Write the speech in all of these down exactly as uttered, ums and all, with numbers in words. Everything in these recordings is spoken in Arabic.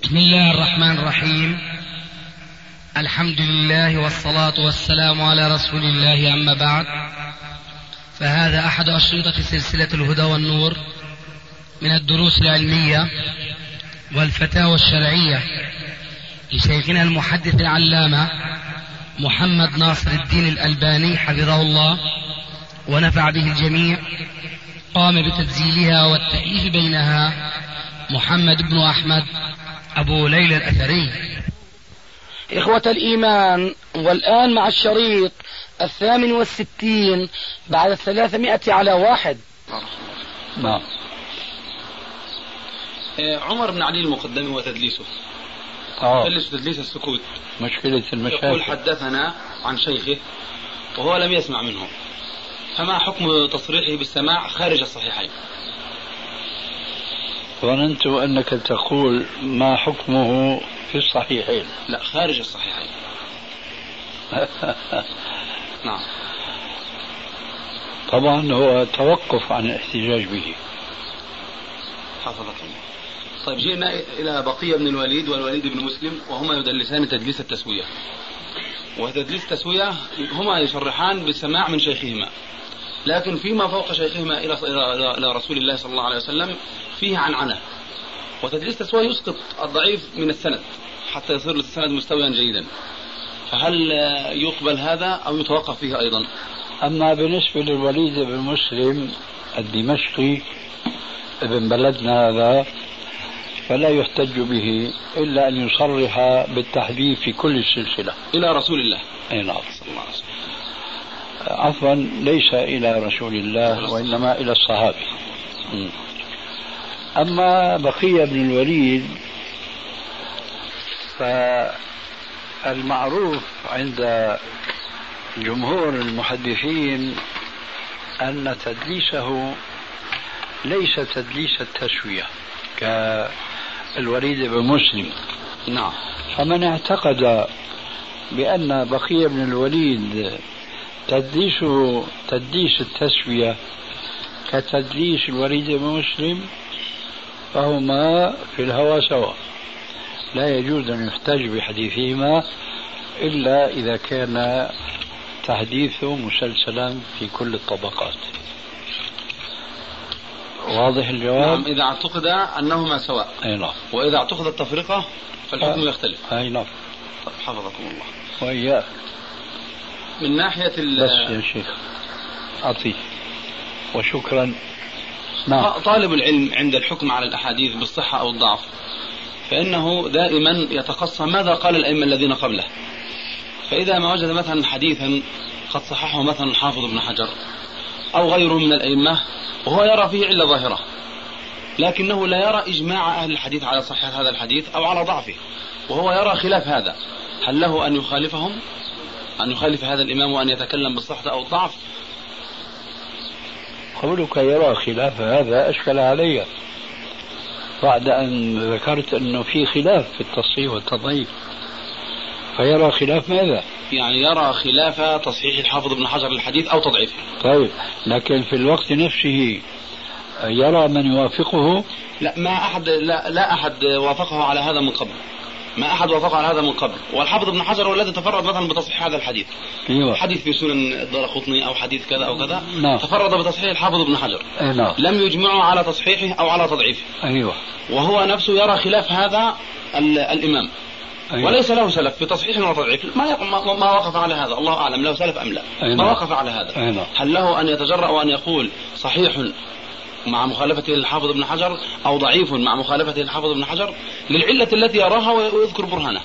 بسم الله الرحمن الرحيم. الحمد لله والصلاة والسلام على رسول الله، أما بعد، فهذا أحد أشرطة سلسلة الهدى والنور من الدروس العلمية والفتاوى الشرعية لشيخنا المحدث العلامة محمد ناصر الدين الألباني حفظه الله ونفع به الجميع. قام بتسجيلها والتأليف بينها محمد بن أحمد أبو ليلى الأثري. إخوة الإيمان، والآن مع الشريط الثامن والستين بعد الثلاثمائة على واحد. نعم. عمر بن علي المقدمي وتدليسه آه. تدليس تدليس السكوت مشكلة المشاكل. يقول حدثنا عن شيخه وهو لم يسمع منه، فما حكم تصريحه بالسماع خارج الصحيحين؟ ظننت أنك تقول ما حكمه في الصحيحين. لا، خارج الصحيحين. نعم. طبعا هو توقف عن الاحتجاج به. حفظك الله. طيب، جئنا إلى بقية بن الوليد والوليد بن مسلم، وهما يدلسان تدليس التسوية. وتدليس التسوية هما يصرحان بالسماع من شيخهما، لكن فيما فوق شيخهما إلى إلى رسول الله صلى الله عليه وسلم فيه عنعنة. وتدليس التسوية يسقط الضعيف من السند حتى يصير السند مستويا جيدا، فهل يقبل هذا أو يتوقف فيه أيضا؟ أما بالنسبة للوليد بن مسلم الدمشقي ابن بلدنا هذا فلا يحتج به إلا أن يصرح بالتحديث في كل السلسلة إلى رسول الله. أي نعم. صلى الله عليه وسلم. عفوا، ليس إلى رسول الله وإنما إلى الصحابي. أما بقية بن الوليد فالمعروف عند جمهور المحدثين أن تدليسه ليس تدليس التسوية كالوليد بن مسلم. نعم. فمن اعتقد بأن بقية بن الوليد تدليسه تدليس التسوية كتدليس الوليد بن مسلم فهما في الهوى سواء، لا يجوز أن يحتج بحديثهما إلا إذا كان تحديثه مسلسلا في كل الطبقات. واضح الجواب؟ نعم، إذا اعتقد أنهما سواء. أي نعم. وإذا اعتقد التفرقة فالحكم آه. يختلف. أي نعم. طيب، حفظكم الله. وإياك. من ناحية بس يا شيخ أعطيه وشكرا. نعم. طالب العلم عند الحكم على الأحاديث بالصحة أو الضعف فإنه دائما يتقصى ماذا قال الأئمة الذين قبله. فإذا ما وجد مثلا حديثا قد صححه مثلا حافظ ابن حجر أو غيره من الأئمة وهو يرى فيه علة ظاهرة، لكنه لا يرى إجماع أهل الحديث على صحة هذا الحديث أو على ضعفه، وهو يرى خلاف هذا، هل له أن يخالفهم، أن يخالف هذا الإمام وأن يتكلم بالصحة أو الضعف؟ قولك يرى خلاف هذا أشكل علي بعد أن ذكرت أنه في خلاف في التصحيح والتضعيف. فيرى خلاف ماذا؟ يعني يرى خلاف تصحيح الحافظ ابن حجر للحديث أو تضعيفه. طيب، لكن في الوقت نفسه يرى من يوافقه؟ لا، ما أحد لا, لا أحد وافقه على هذا من قبل. ما أحد وافقه على هذا من قبل. والحافظ ابن حجر هو الذي تفرد مثلا بتصحيح هذا الحديث. أيوة. حديث في سنن الدارقطني أو حديث كذا أو كذا. نعم. تفرد بتصحيح الحافظ ابن حجر. نعم. لم يجمعوا على تصحيحه أو على تضعيفه. أيوة. وهو نفسه يرى خلاف هذا الإمام. أيوة. وليس له سلف في تصحيح وتضعيف. ما, ما وقف على هذا، الله أعلم له سلف أم لا. أيوة. ما وقف على هذا. أيوة. هل له أن يتجرأ وأن يقول صحيح مع مخالفته للحافظ ابن حجر أو ضعيف مع مخالفته للحافظ ابن حجر للعلة التي يراها ويذكر برهانه؟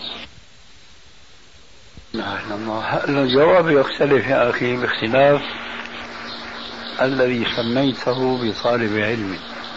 الجواب يختلف يا أخي باختلاف الذي سميته بطالب علم.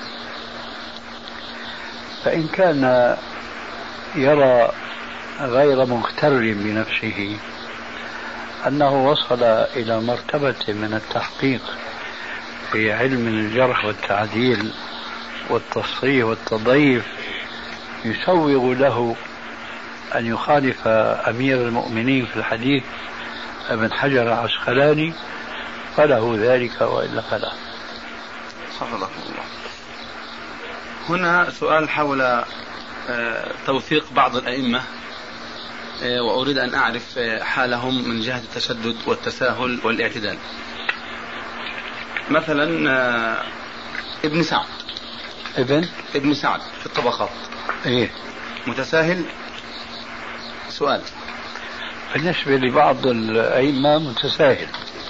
فإن كان يرى غير مغتر بنفسه أنه وصل إلى مرتبة من التحقيق في علم الجرح والتعديل والتصحيح والتضعيف يسوغ له أن يخالف أمير المؤمنين في الحديث ابن حجر العسقلاني فله ذلك، وإلا فلا. حفظكم الله. هنا سؤال حول توثيق بعض الأئمة وأريد أن أعرف حالهم من جهة التشدد والتساهل والاعتدال. مثلا ابن سعد ابن ابن سعد في الطبقات إيه؟ متساهل؟ سؤال. بالنسبة لبعض الأئمة متساهل.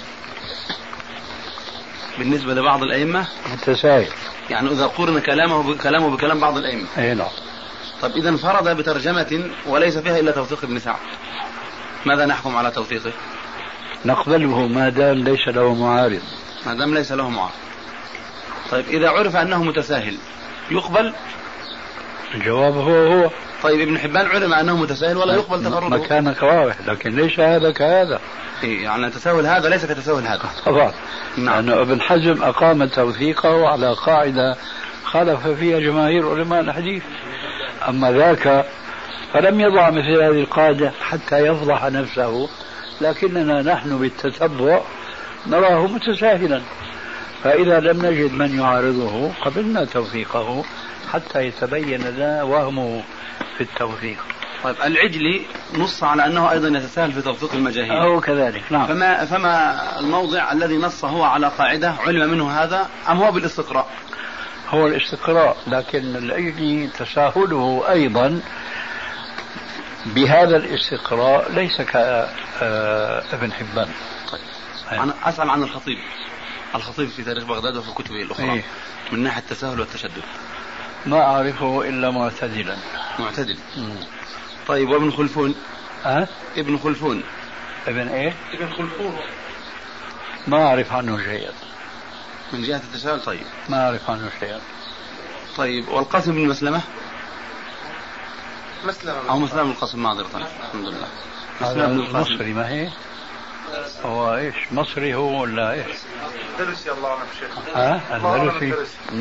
بالنسبة لبعض الأئمة متساهل، يعني إذا قرن كلامه بكلامه بكلام بعض الأئمة. أي نعم. طيب إذا انفرد بترجمة وليس فيها إلا توثيق ابن سعد، ماذا نحكم على توثيقه؟ نقبله ما دام ليس له معارض. ما دام ليس له معارض. طيب إذا عرف أنه متساهل يقبل؟ الجواب هو هو. طيب ابن حبان علم أنه متساهل ولا يقبل تفرده؟ مكانك واضح، لكن ليس هذا كهذا. إيه يعني تساهل هذا ليس كتساهل هذا. طبعا. نعم. لأن ابن حزم أقام توثيقه على قاعدة خالف فيها جماهير علماء الحديث، أما ذاك فلم يضع مثل هذه القاعدة حتى يفضح نفسه، لكننا نحن بالتتبع نراه متساهلا، فإذا لم نجد من يعارضه قبلنا توثيقه حتى يتبين لنا وهمه في التوثيق. طيب العجلي نص على أنه أيضا يتساهل في توثيق المجاهيل. أو كذلك. نعم. فما, فما الموضع الذي نص هو على قاعدة علم منه هذا أم هو بالاستقراء؟ هو الاستقراء، لكن العجلي تساهله أيضا بهذا الاستقراء ليس كابن حبان. طيب أنا أسأل عن الخطيب. الخطيب في تاريخ بغداد وفي كتبه الأخرى إيه؟ من ناحية التساهل والتشدد ما أعرفه إلا معتدلا. معتدل. مم. طيب وابن خلفون؟ أه؟ ابن خلفون. ابن إيه؟ ابن خلفون ما أعرف عنه شيئا من جهة التساهل. طيب ما أعرف عنه شيئا. طيب والقاسم بن مسلمة؟ مسلمة أو مسلمة القاسم معذرة. الحمد لله. مسلمة بن المصري ما هي؟ هو إيش مصري هو ولا إيش؟ درسي الله عنه الشيخ. ها الدرسي.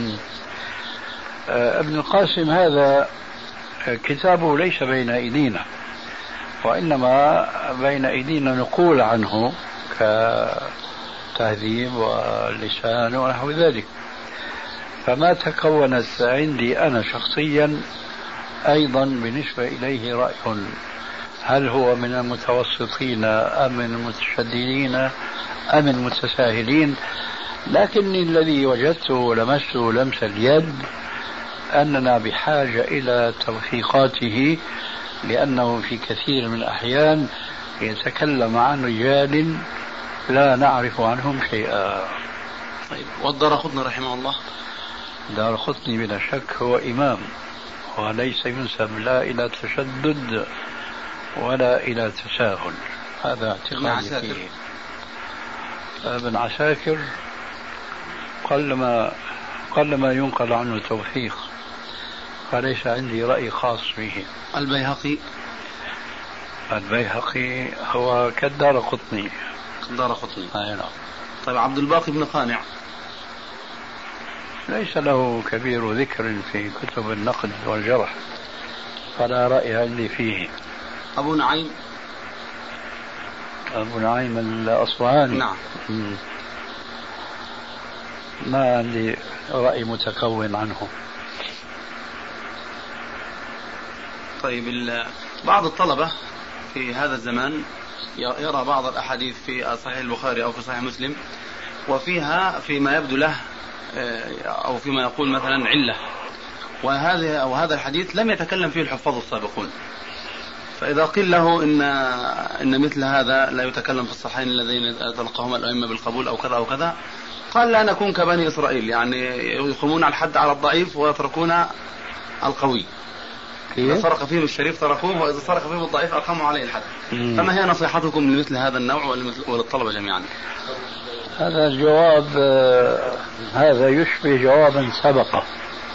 آه ابن القاسم هذا كتابه ليس بين أيدينا، وإنما بين أيدينا نقول عنه كتهذيب ولسان ونحو ذلك، فما تكونت عندي أنا شخصيا أيضا بالنسبة إليه رأي هل هو من المتوسطين أم من المتشددين أم المتساهلين، لكني الذي وجدته ولمسته لمس اليد أننا بحاجة إلى توثيقاته، لأنه في كثير من الأحيان يتكلم عن رجال لا نعرف عنهم شيئا. طيب والدارقطني رحمه الله؟ الدارقطني بلا شك هو إمام، وليس ينسب لا إلى تشدد ولا إلى تساهل، هذا اعتقادي فيه. ابن عساكر قلما قلما ينقل عنه توثيق، فليس عندي رأي خاص به. البيهقي؟ البيهقي هو كالدارقطني. الدارقطني. أي نعم. طيب عبد الباقي بن قانع؟ ليس له كبير ذكر في كتب النقد والجرح، فلا رأي عندي فيه. أبو نعيم؟ أبو نعيم الأصفهاني. نعم. م. ما عندي رأي متكون عنه. طيب بعض الطلبة في هذا الزمان يرى بعض الأحاديث في صحيح البخاري أو في صحيح مسلم وفيها فيما يبدو له أو فيما يقول مثلا علة، وهذا أو هذا الحديث لم يتكلم فيه الحفاظ السابقون، فإذا قيل له إن إن مثل هذا لا يتكلم في الصحيحين الذين تلقاهما الأئمة بالقبول أو كذا أو كذا، قال لا نكون كبني إسرائيل، يعني يقومون على الحد على الضعيف ويتركون القوي. إذا سرق فيهم الشريف تركوه، وإذا سرق فيهم الضعيف أقاموا عليه الحد. مم. فما هي نصيحتكم لمثل هذا النوع وللطلبة جميعا؟ هذا الجواب هذا يشبه جوابا سبق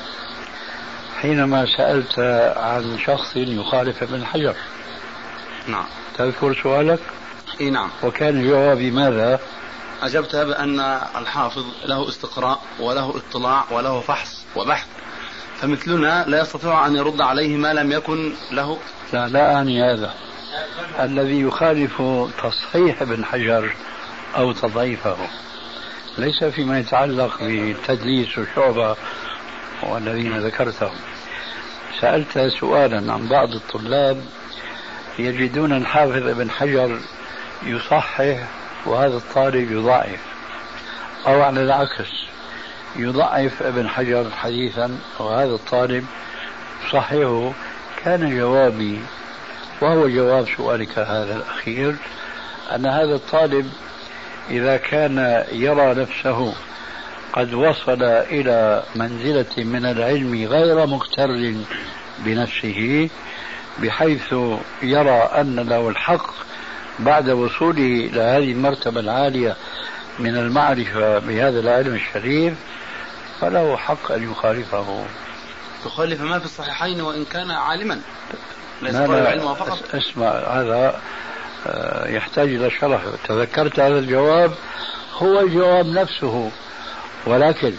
حينما سألت عن شخص يخالف ابن حجر. نعم. تذكر سؤالك؟ اي نعم. وكان جوابي ماذا؟ أجبت بأن الحافظ له استقراء وله اطلاع وله فحص وبحث، فمثلنا لا يستطيع أن يرد عليه ما لم يكن له. لا لا أعني هذا. الذي يخالف تصحيح ابن حجر أو تضعيفه ليس فيما يتعلق بتدليس الشعبة والذين ذكرتهم، سألت سؤالا عن بعض الطلاب يجدون الحافظ ابن حجر يصحح وهذا الطالب يضعف، أو على العكس يضعف ابن حجر حديثا وهذا الطالب يصححه. كان جوابي وهو جواب سؤالك هذا الأخير أن هذا الطالب إذا كان يرى نفسه قد وصل إلى منزلة من العلم غير مغتر بنفسه بحيث يرى أن له الحق بعد وصوله إلى هذه المرتبة العالية من المعرفة بهذا العلم الشريف، فله حق أن يخالفه. يخالف ما في الصحيحين وإن كان عالما ليس لا طالب لا علم فقط. اسمع، هذا يحتاج إلى شرح. تذكرت هذا الجواب هو الجواب نفسه، ولكن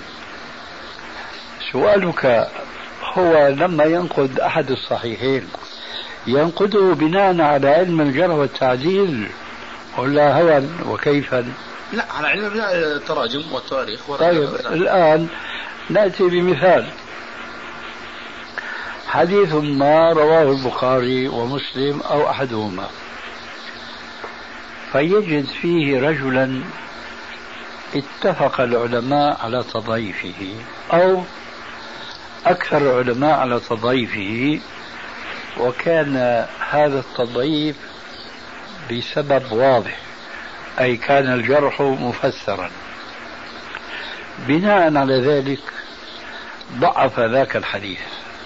سؤالك هو لما ينقد أحد الصحيحين ينقده بناء على علم الجرح والتعديل ولا هوى وكيفا؟ لا، على علم التراجم والتواريخ. طيب الآن نأتي بمثال. حديث ما رواه البخاري ومسلم أو أحدهما، فيجد فيه رجلا اتفق العلماء على تضعيفه أو أكثر العلماء على تضعيفه، وكان هذا التضعيف بسبب واضح، أي كان الجرح مفسرا. بناء على ذلك ضعف ذاك الحديث.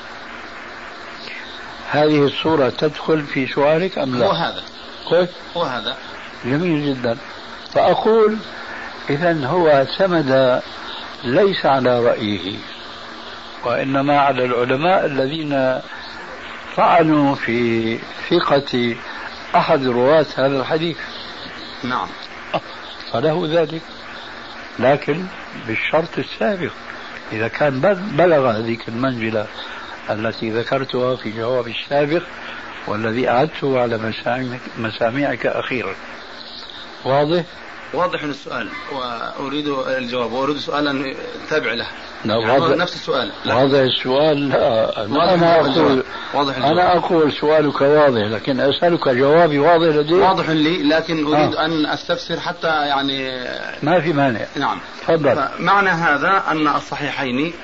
هذه الصورة تدخل في سؤالك أم لا؟ هو هذا قل؟ هو هذا جميل جدا. فأقول إذن هو اعتمد ليس على رأيه وإنما على العلماء الذين طعنوا في ثقة أحد رواة هذا الحديث. نعم، فله ذلك، لكن بالشرط السابق إذا كان بلغ هذه المنزلة التي ذكرتها في جوابي السابق والذي أعدته على مسامعك, مسامعك أخيرا. واضح؟ واضح السؤال وأريد الجواب وأريد سؤالا تابع له. واضح نفس السؤال. واضح السؤال. لا أنا أقول واضح أنا أقول سؤالك واضح، لكن أسألك جوابي واضح لدي. واضح لي، لكن أريد آه. أن أستفسر حتى يعني ما في مانع. نعم تفضل. معنى هذا أن الصحيحين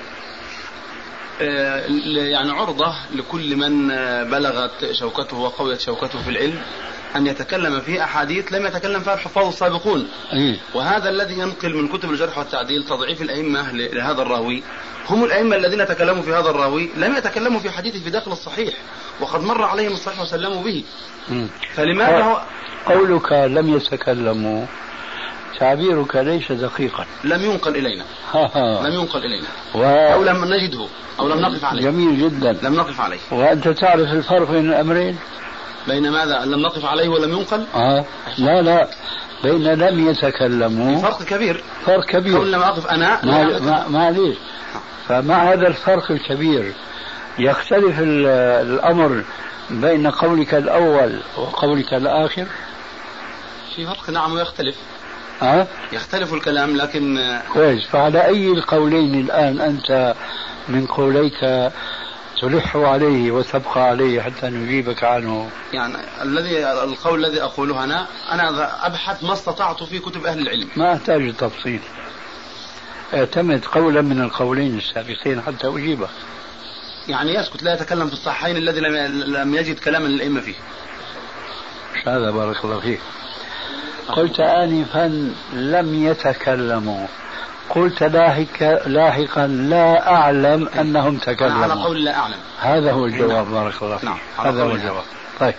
يعني عرضة لكل من بلغت شوكته وقويت شوكته في العلم أن يتكلم في أحاديث لم يتكلم فيها الحفاظ السابقون. أيه. وهذا الذي ينقل من كتب الجرح والتعديل تضعيف الأئمة لهذا الراوي هم الأئمة الذين تكلموا في هذا الراوي لم يتكلموا في حديثه في داخل الصحيح وقد مر عليهم الصحيح وسلموا به. م. فلماذا هو قولك لم يتكلموا تعبيرك ليس دقيقا. لم ينقل إلينا لم ينقل إلينا و... أو لم نجده أو لم نقف عليه. جميل جدا. لم نقف عليه. وأنت تعرف الفرق بين الأمرين؟ بين ماذا؟ لم نقف عليه ولم ينقل؟ آه. لا لا بين لم يتكلموا فرق كبير. فرق كبير. قول لم أقف أنا ما معليش. فمع هذا الفرق الكبير يختلف الأمر بين قولك الأول وقولك الآخر. في فرق نعم ويختلف. أه؟ يختلف الكلام لكن كويس. فعلى أي القولين الآن أنت من قوليك تلح عليه وتبقى عليه حتى نجيبك عنه؟ يعني الذي القول الذي أقوله أنا أنا أبحث ما استطعت في كتب أهل العلم. ما أحتاج تفصيل، اعتمد قولا من القولين السابقين حتى أجيبه. يعني يسكت لا يتكلم في الصحيحين الذي لم يجد كلاما للأئمة فيه. مش هذا بارك الله فيك. قلت آنفا لم يتكلموا، قلت لاحقا لاحقا لا أعلم أنهم تكلموا. على قول لا أعلم. هذا هو الجواب. نعم. بارك الله فيك. نعم. هذا هو الجواب. طيب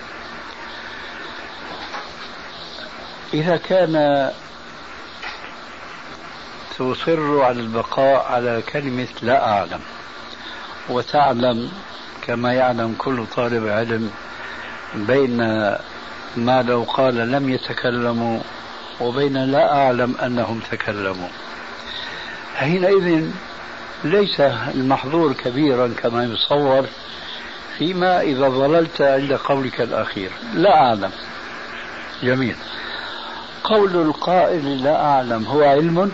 إذا كان تصر على البقاء على كلمة لا أعلم وتعلم كما يعلم كل طالب علم بين ما لو قال لم يتكلموا وبين لا أعلم أنهم تكلموا، حينئذ ليس المحظور كبيرا كما يصور فيما إذا ظللت عند قولك الأخير لا أعلم. جميل. قول القائل لا أعلم هو علم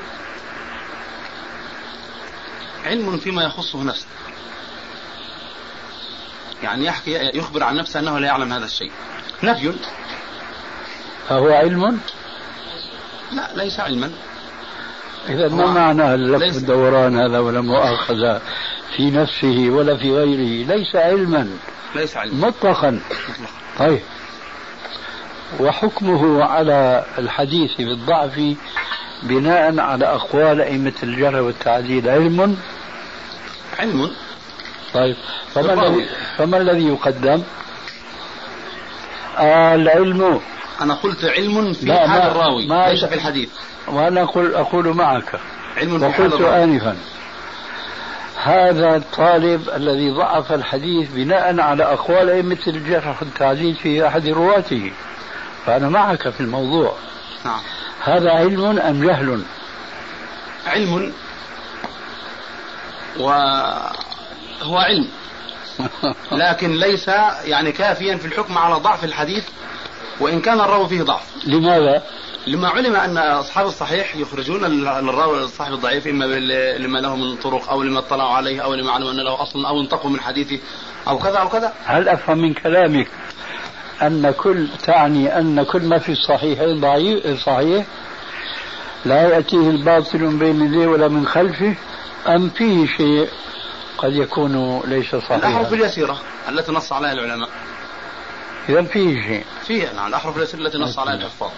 علم فيما يخصه نفسه. يعني يحكي يخبر عن نفسه أنه لا يعلم هذا الشيء. نفي. فهو علم؟ لا ليس علما. إذا ما معنى اللف الدوران هذا ولا مؤاخذة في نفسه ولا في غيره؟ ليس علما، ليس علما مطلقا. طيب، وحكمه على الحديث بالضعف بناء على أقوال أئمة الجرح والتعديل علم؟ علم. طيب، فما الذي فما الذي يقدم؟ آه العلم. أنا قلت علم في حال ما الراوي ما ليس في الحديث. وأنا أقول أقول معك علم في وقلت حال الراوي. آنفا هذا الطالب الذي ضعف الحديث بناء على أقوال أئمة الجرح والتعديل في أحد رواته، فأنا معك في الموضوع. نعم. هذا علم أم جهل؟ علم، وهو علم لكن ليس يعني كافيا في الحكم على ضعف الحديث وإن كان الراوي فيه ضعف. لماذا؟ لما علم أن أصحاب الصحيح يخرجون الراوي الصحيح الضعيف إما لما له من طرق أو لما اطلعوا عليه أو لما علموا أن له أصلا أو انتقوا من حديثه أو كذا أو كذا. هل أفهم من كلامك أن كل تعني أن كل ما في الصحيحين ضعيف صحيح لا يأتيه الباطل من بين يديه ولا من خلفه، أم فيه شيء قد يكون ليس صحيحا؟ الأحرف اليسيرة التي نص عليها العلماء. إذا فيه شيء. فيه نعم الأحرف اليسيرة التي نص عليها الحفاظ.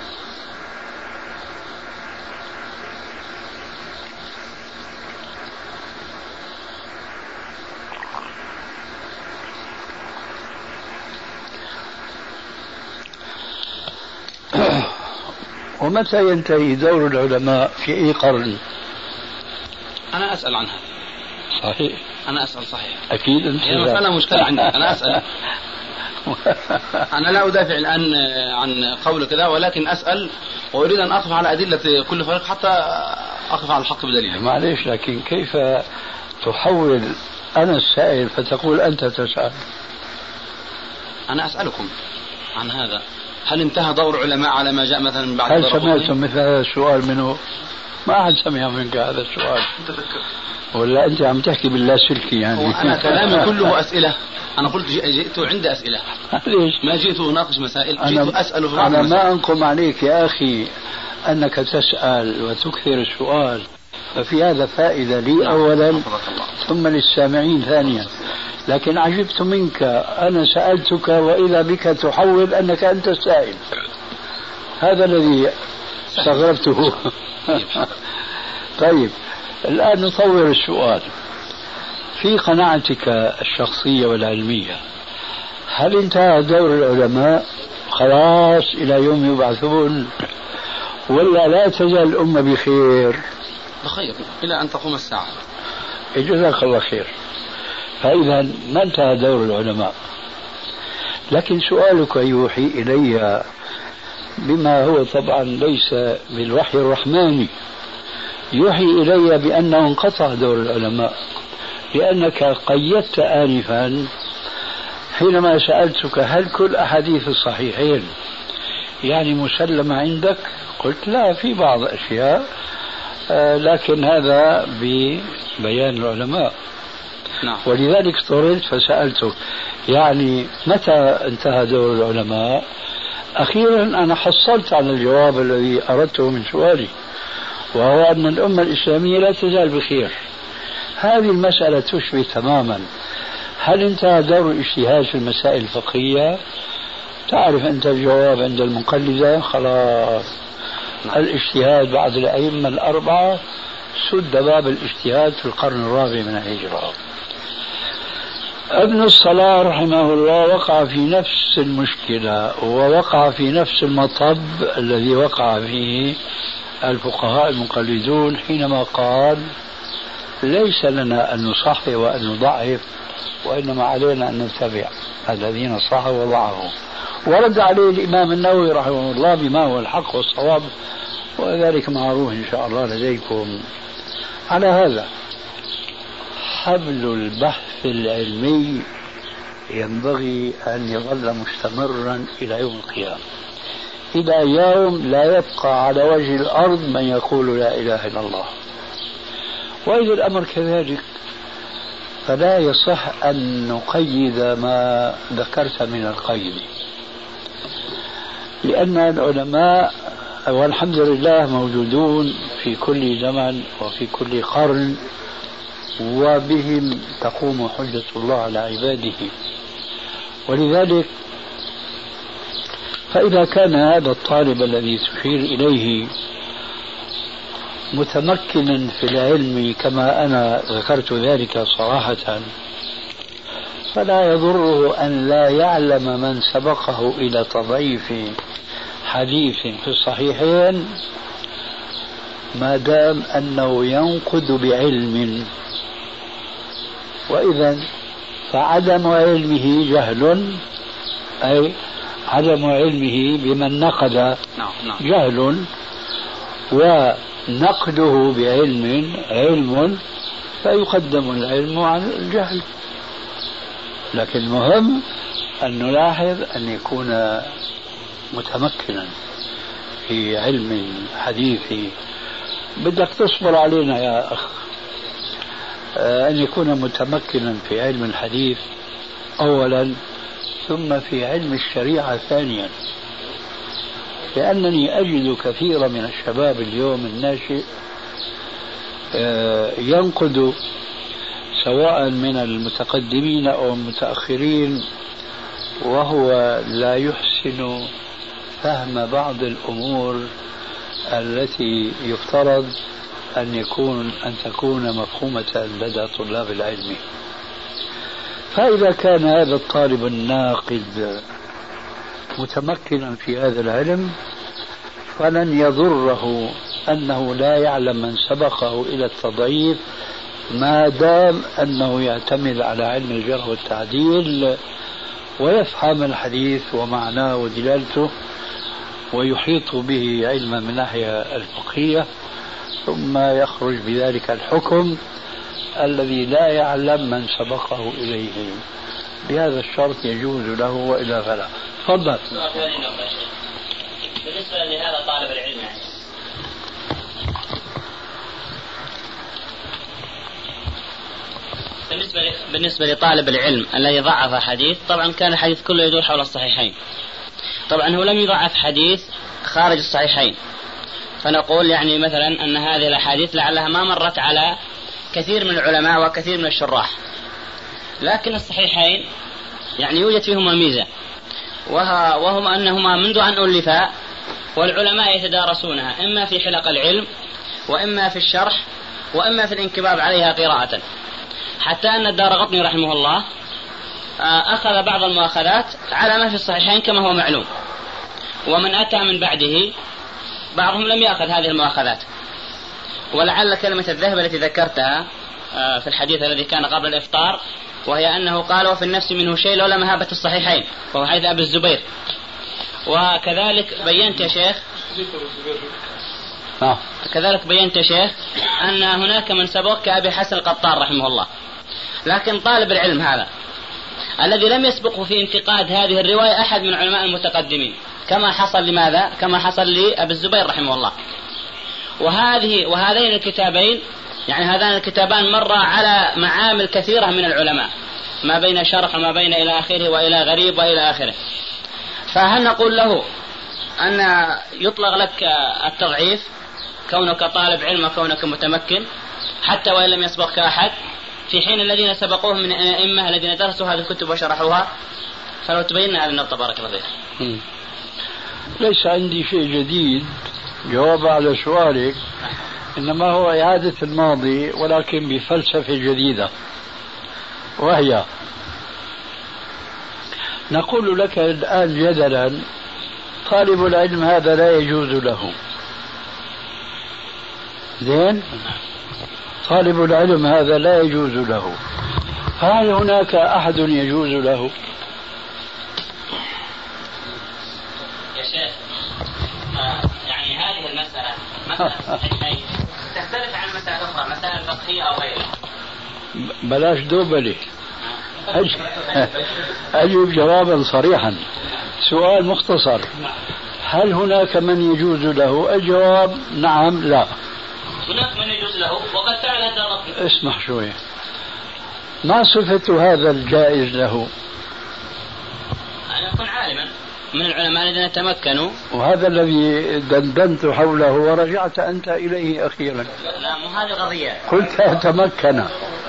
ومتى ينتهي دور العلماء في أي قرن؟ أنا أسأل عنها. صحيح. أنا أسأل صحيح. أكيد أنت. هي مسألة مشكلة عندي. أنا أسأل. أنا لا أدافع الآن عن قول كذا ولكن أسأل وأريد أن أقف على أدلة كل فريق حتى أقف على الحق بدليل. معليش، لكن كيف تحول أنا السائل فتقول أنت تسأل؟ أنا أسألكم عن هذا. هل انتهى دور علماء على ما جاء مثلا بعد؟ هل سمعتم مثل هذا السؤال منه؟ ما أحد سمع منك هذا السؤال. ولا أنت عم تحكي باللاسلكي يعني؟ أنا كلامي كله أسئلة. أنا قلت جئت عندي أسئلة. ليش؟ ما جئت أناقش مسائل، جئت أسأل في بعض أنا المسائل. ما أنقم عليك يا أخي أنك تسأل وتكثر السؤال، ففي هذا فائدة لي أولا ثم للسامعين ثانيا. لكن عجبت منك، أنا سألتك وإذا بك تحول أنك أنت السائل. هذا الذي استغربته. طيب، الآن نطور السؤال. في قناعتك الشخصية والعلمية هل انتهى دور العلماء خلاص إلى يوم يبعثون، ولا لا تزال الأمة بخير؟ بخير إلى أن تقوم الساعة. جزاك الله خير. فإذا ما انتهى دور العلماء، لكن سؤالك يوحي إلي بما هو طبعا ليس بالوحي الرحماني، يوحي إلي بأنه انقطع دور العلماء، لأنك قيدت آنفا حينما سألتك هل كل أحاديث الصحيحين يعني مسلمة عندك؟ قلت لا، في بعض أشياء آه لكن هذا ببيان العلماء. نعم. ولذلك اضطررت فسألتك يعني متى انتهى دور العلماء؟ أخيرا أنا حصلت على الجواب الذي أردته من سؤالي، وهو أن الأمة الإسلامية لا تزال بخير. هذه المسألة تشبه تماما هل انتهى دور الاجتهاد في المسائل الفقهية؟ تعرف أنت الجواب عند المقلدة خلاص. الاجتهاد بعد الأئمة الأربعة سد باب الاجتهاد في القرن الرابع من الهجرة. ابن الصلاح رحمه الله وقع في نفس المشكلة ووقع في نفس المطب الذي وقع فيه الفقهاء المقلدون حينما قال ليس لنا أن نصحح وأن نضعف، وإنما علينا أن نتبع الذين صحوا وضعفوا. ورد عليه الإمام النووي رحمه الله بما هو الحق والصواب، وذلك معروف إن شاء الله لديكم. على هذا حبل البحث العلمي ينبغي أن يظل مستمرا إلى يوم القيامة، إلى يوم لا يبقى على وجه الأرض من يقول لا إله إلا الله. وإذا الأمر كذلك فلا يصح أن نقيد ما ذكرت من القيد، لأن العلماء والحمد لله موجودون في كل زمن وفي كل قرن، وبهم تقوم حجة الله على عباده. ولذلك فإذا كان هذا الطالب الذي تشير إليه متمكنا في العلم كما أنا ذكرت ذلك صراحة، فلا يضره أن لا يعلم من سبقه إلى تضعيف حديث في الصحيحين ما دام أنه ينقد بعلم. وإذا فعدم علمه جهل، أي عدم علمه بمن نقد جهل، ونقده بعلم علم، فيقدم العلم عن الجهل. لكن المهم أن نلاحظ أن يكون متمكنا في علم الحديث. بدك تصبر علينا يا أخ، أن يكون متمكنا في علم الحديث أولا، ثم في علم الشريعة ثانيا، لأنني أجد كثيرا من الشباب اليوم الناشئ ينقد سواء من المتقدمين أو المتأخرين وهو لا يحسن فهم بعض الأمور التي يفترض أن يكون أن تكون مفهومة لدى طلاب العلم. فإذا كان هذا الطالب الناقد متمكنا في هذا العلم فلن يضره أنه لا يعلم من سبقه إلى التضعيف، ما دام أنه يعتمد على علم الجرح والتعديل ويفهم الحديث ومعناه ودلالته ويحيط به علما من ناحية الفقهية، ثم يخرج بذلك الحكم الذي لا يعلم من سبقه إليه. بهذا الشرط يجوز له وإلا فلا. تفضل. بالنسبة لهذا طالب العلم يعني بالنسبة بالنسبة لطالب العلم الذي ضعف حديث، طبعا كان الحديث كله يدور حول الصحيحين. طبعا هو لم يضعف حديث خارج الصحيحين، فنقول يعني مثلا أن هذه الأحاديث لعلها ما مرت على كثير من العلماء وكثير من الشراح، لكن الصحيحين يعني يوجد فيهما ميزة، وهم أنهما منذ أن ألفا والعلماء يتدارسونها إما في حلق العلم وإما في الشرح وإما في الانكباب عليها قراءة، حتى أن الدارقطني رحمه الله أخذ بعض المؤاخذات على ما في الصحيحين كما هو معلوم، ومن أتى من بعده بعضهم لم يأخذ هذه المؤاخذات. ولعل كلمة الذهب التي ذكرتها في الحديث الذي كان قبل الإفطار، وهي أنه قال وفي النفس منه شيء لولا مهابة الصحيحين، وهو حديث أبي الزبير. وكذلك بينت يا شيخ كذلك بينت يا شيخ أن هناك من سبق كأبي حسن القطان رحمه الله، لكن طالب العلم هذا الذي لم يسبقه في انتقاد هذه الرواية أحد من علماء المتقدمين، كما حصل لماذا؟ كما حصل لأبي الزبير رحمه الله. وهذه وهذين الكتابين يعني هذان الكتابان مر على معامل كثيرة من العلماء، ما بين شرح وما بين إلى آخره وإلى غريب وإلى آخره. فهل نقول له أن يطلق لك التضعيف كونك طالب علم وكونك متمكن حتى وإن لم يسبقك أحد، في حين الذين سبقوه من الأئمة الذين درسوا هذه الكتب وشرحوها؟ فلو تبيننا هذه النقطة بارك الله فيك. ليس عندي شيء جديد جواب على سؤالك، إنما هو إعادة الماضي ولكن بفلسفة جديدة، وهي نقول لك الآن جدلا طالب العلم هذا لا يجوز له. زين؟ طالب العلم هذا لا يجوز له، هل هناك أحد يجوز له؟ يا شيخ يعني هذه المسألة مسألة صحيحين تختلف عن مسألة أخرى، مسألة فقهية أو غيرها. بلاش دوبلي، أجب جوابا صريحا. سؤال مختصر، هل هناك من يجوز له؟ الجواب نعم لا. هناك من يجوز له وقد فعل الدارقطني. اسمح شوي، ما صفة هذا الجائز له؟ أن يكون عالما من العلماء الذين تمكنوا. وهذا الذي دندنت حوله ورجعت أنت إليه أخيرا. لا مو هذه القضية. قلت تمكن.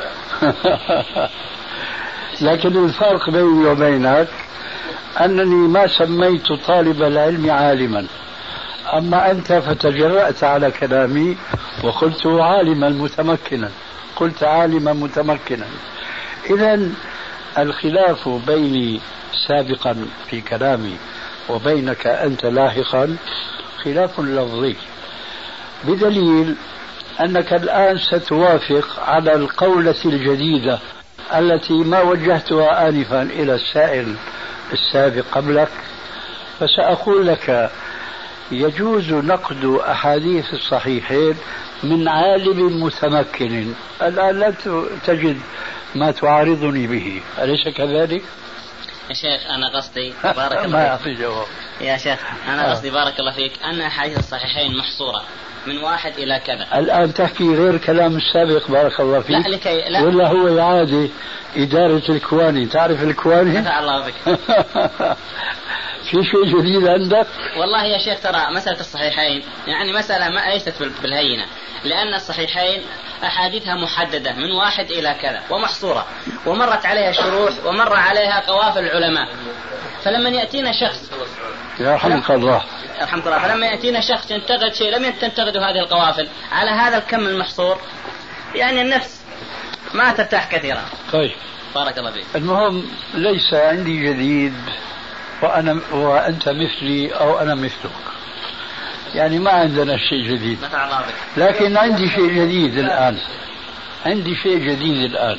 لكن الفرق بيني وبينك أنني ما سميت طالب العلم عالما، أما أنت فتجرأت على كلامي وقلت عالما متمكنا، قلت عالما متمكنا. إذن الخلاف بيني سابقا في كلامي وبينك أنت لاحقا خلاف لفظي، بدليل أنك الآن ستوافق على القولة الجديدة التي ما وجهتها آنفا إلى السائل السابق قبلك، فسأقول لك يجوز نقد أحاديث الصحيحين من عالم متمكن. الآن لا تجد ما تعارضني به، أليس كذلك؟ يا شيخ أنا قصدي بارك الله ما أعطي جواب. يا شيخ أنا قصدي بارك الله فيك أن أحاديث الصحيحين محصورة من واحد إلى كذا. الآن تحكي غير كلام السابق بارك الله فيك. لا لكي لا. ولا هو إعادة إدارة الكواني؟ تعرف الكواني؟ نفع الله بك. في شيء جديد عندك؟ والله يا شيخ ترى مسألة الصحيحين يعني مسألة ما ليست بالهينة، لأن الصحيحين أحاديثها محددة من واحد إلى كذا ومحصورة، ومرت عليها شروح ومر عليها قوافل العلماء. فلما يأتينا شخص يرحمك الله الحمد لله فلما يأتينا شخص ينتقد شيء لم تنتقد هذه القوافل على هذا الكم المحصور، يعني النفس ما ترتاح كثيرا. طيب بارك الله فيك. المهم ليس عندي جديد وأنا وأنت مثلي أو أنا مثلك، يعني ما عندنا شيء جديد، لكن عندي شيء جديد الآن. عندي شيء جديد الآن.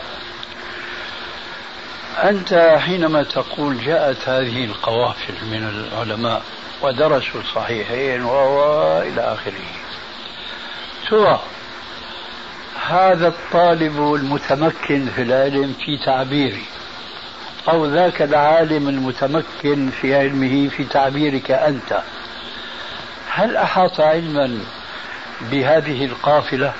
أنت حينما تقول جاءت هذه القوافل من العلماء ودرسوا الصحيحين وإلى آخره، سواء هذا الطالب المتمكن في العلم في تعبيري أو ذاك العالم المتمكن في علمه في تعبيرك أنت، هل أحاط علما بهذه القافلة؟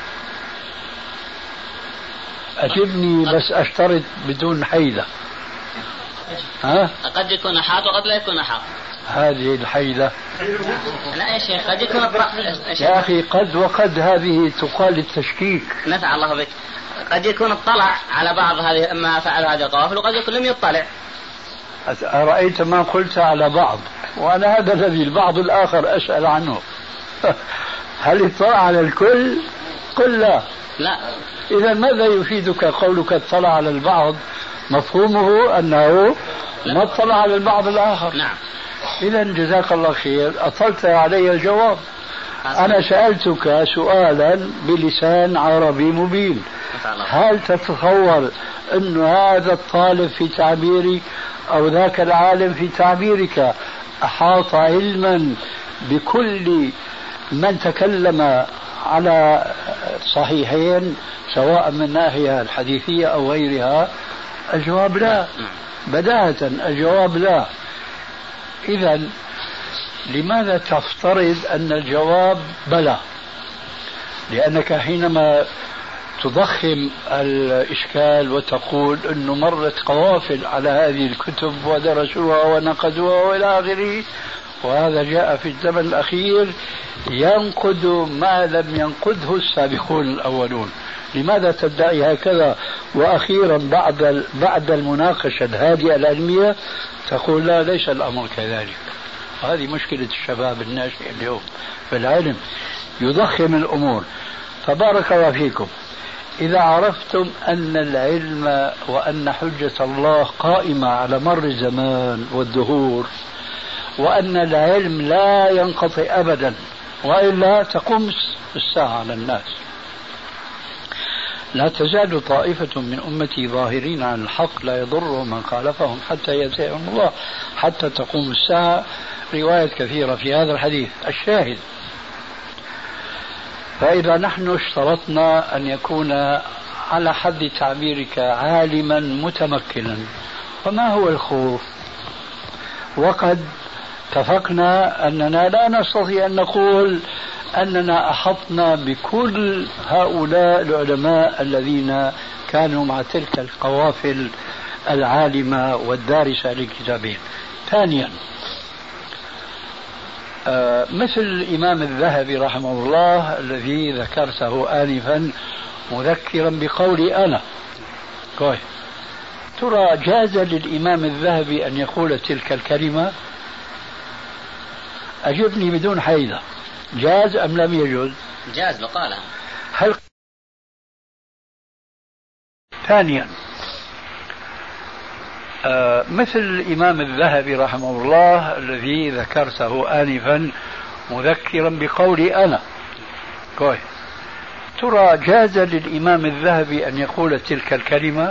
أجبني بس أشترط بدون حيلة. ها؟ قد يكون أحاط وقد لا يكون أحاط. هذه الحيلة لا يا شيخ قد يكون يا أخي قد وقد هذه تقال التشكيك. نفع الله بك. قد يكون اطلع على بعض هذه ما فعل هذه القوافل وقد يكون لم يطلع. أرأيت ما قلت على بعض، وأنا هذا الذي البعض الآخر أسأل عنه. هل اطلع على الكل؟ قل لا. لا. إذا ماذا يفيدك قولك اطلع على البعض؟ مفهومه أنه ما اطلع على البعض الآخر. نعم. إذا جزاك الله خير، أطلت علي الجواب. أنا سألتك سؤالا بلسان عربي مبين، هل تتصور أن هذا الطالب في تعبيري أو ذاك العالم في تعبيرك أحاط علما بكل من تكلم على صحيحين سواء من الناحية الحديثية أو غيرها؟ الجواب لا، بداهة الجواب لا. إذا لماذا تفترض أن الجواب بلى؟ لأنك حينما تضخم الإشكال وتقول أنه مرت قوافل على هذه الكتب ودرسوها ونقدوها وإلى آخره، وهذا جاء في الزمن الأخير ينقد ما لم ينقده السابقون الأولون، لماذا تدعي هكذا؟ وأخيرا بعد بعد المناقشة الهادئة العلمية تقول لا ليس الأمر كذلك. هذه مشكلة الشباب الناشئ اليوم في العلم، يضخم الأمور. تبارك الله فيكم، إذا عرفتم أن العلم وأن حجة الله قائمة على مر الزمان والدهور، وأن العلم لا ينقطع أبدا وإلا تقوم الساعة على الناس. لا تزال طائفة من أمتي ظاهرين عن الحق لا يضرهم من خالفهم حتى يأتيهم الله حتى تقوم الساعة. رواية كثيرة في هذا الحديث. الشاهد، فإذا نحن اشترطنا أن يكون على حد تعبيرك عالما متمكنا، فما هو الخوف؟ وقد اتفقنا أننا لا نستطيع أن نقول أننا أحطنا بكل هؤلاء العلماء الذين كانوا مع تلك القوافل العالمة والدارسة للكتابين. ثانيا آه مثل الإمام الذهبي رحمه الله الذي ذكرته آنفا مذكرا بقولي أنا كوي. ترى جاز للإمام الذهبي أن يقول تلك الكلمة؟ أجبني بدون حيلة، جاز أم لم يجوز؟ جاز وقالها. هل ثانيا آه مثل الإمام الذهبي رحمه الله الذي ذكرته آنفا مذكرا بقولي أنا كوي. ترى جاز للإمام الذهبي أن يقول تلك الكلمة؟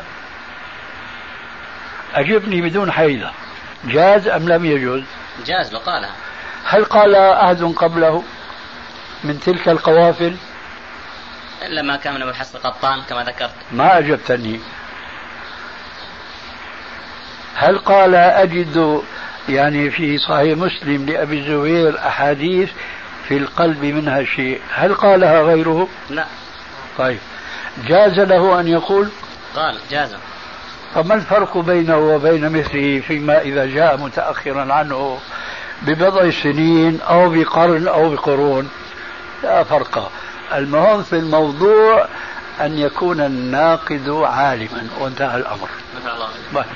أجبني بدون حيلة، جاز أم لم يجوز؟ جاز وقالها. هل قال أحد قبله من تلك القوافل؟ إلا ما كان من أبو الحسن قطان كما ذكرت. ما أجبتني. هل قال أجد يعني في صحيح مسلم لأبي الزبير أحاديث في القلب منها شيء، هل قالها غيره؟ لا. طيب جاز له أن يقول؟ قال جاز. فما الفرق بينه وبين مثله فيما إذا جاء متأخرا عنه ببضع سنين أو بقرن أو بقرون؟ لا فرق. المهم في الموضوع أن يكون الناقد عالما وانتهى الأمر. الله.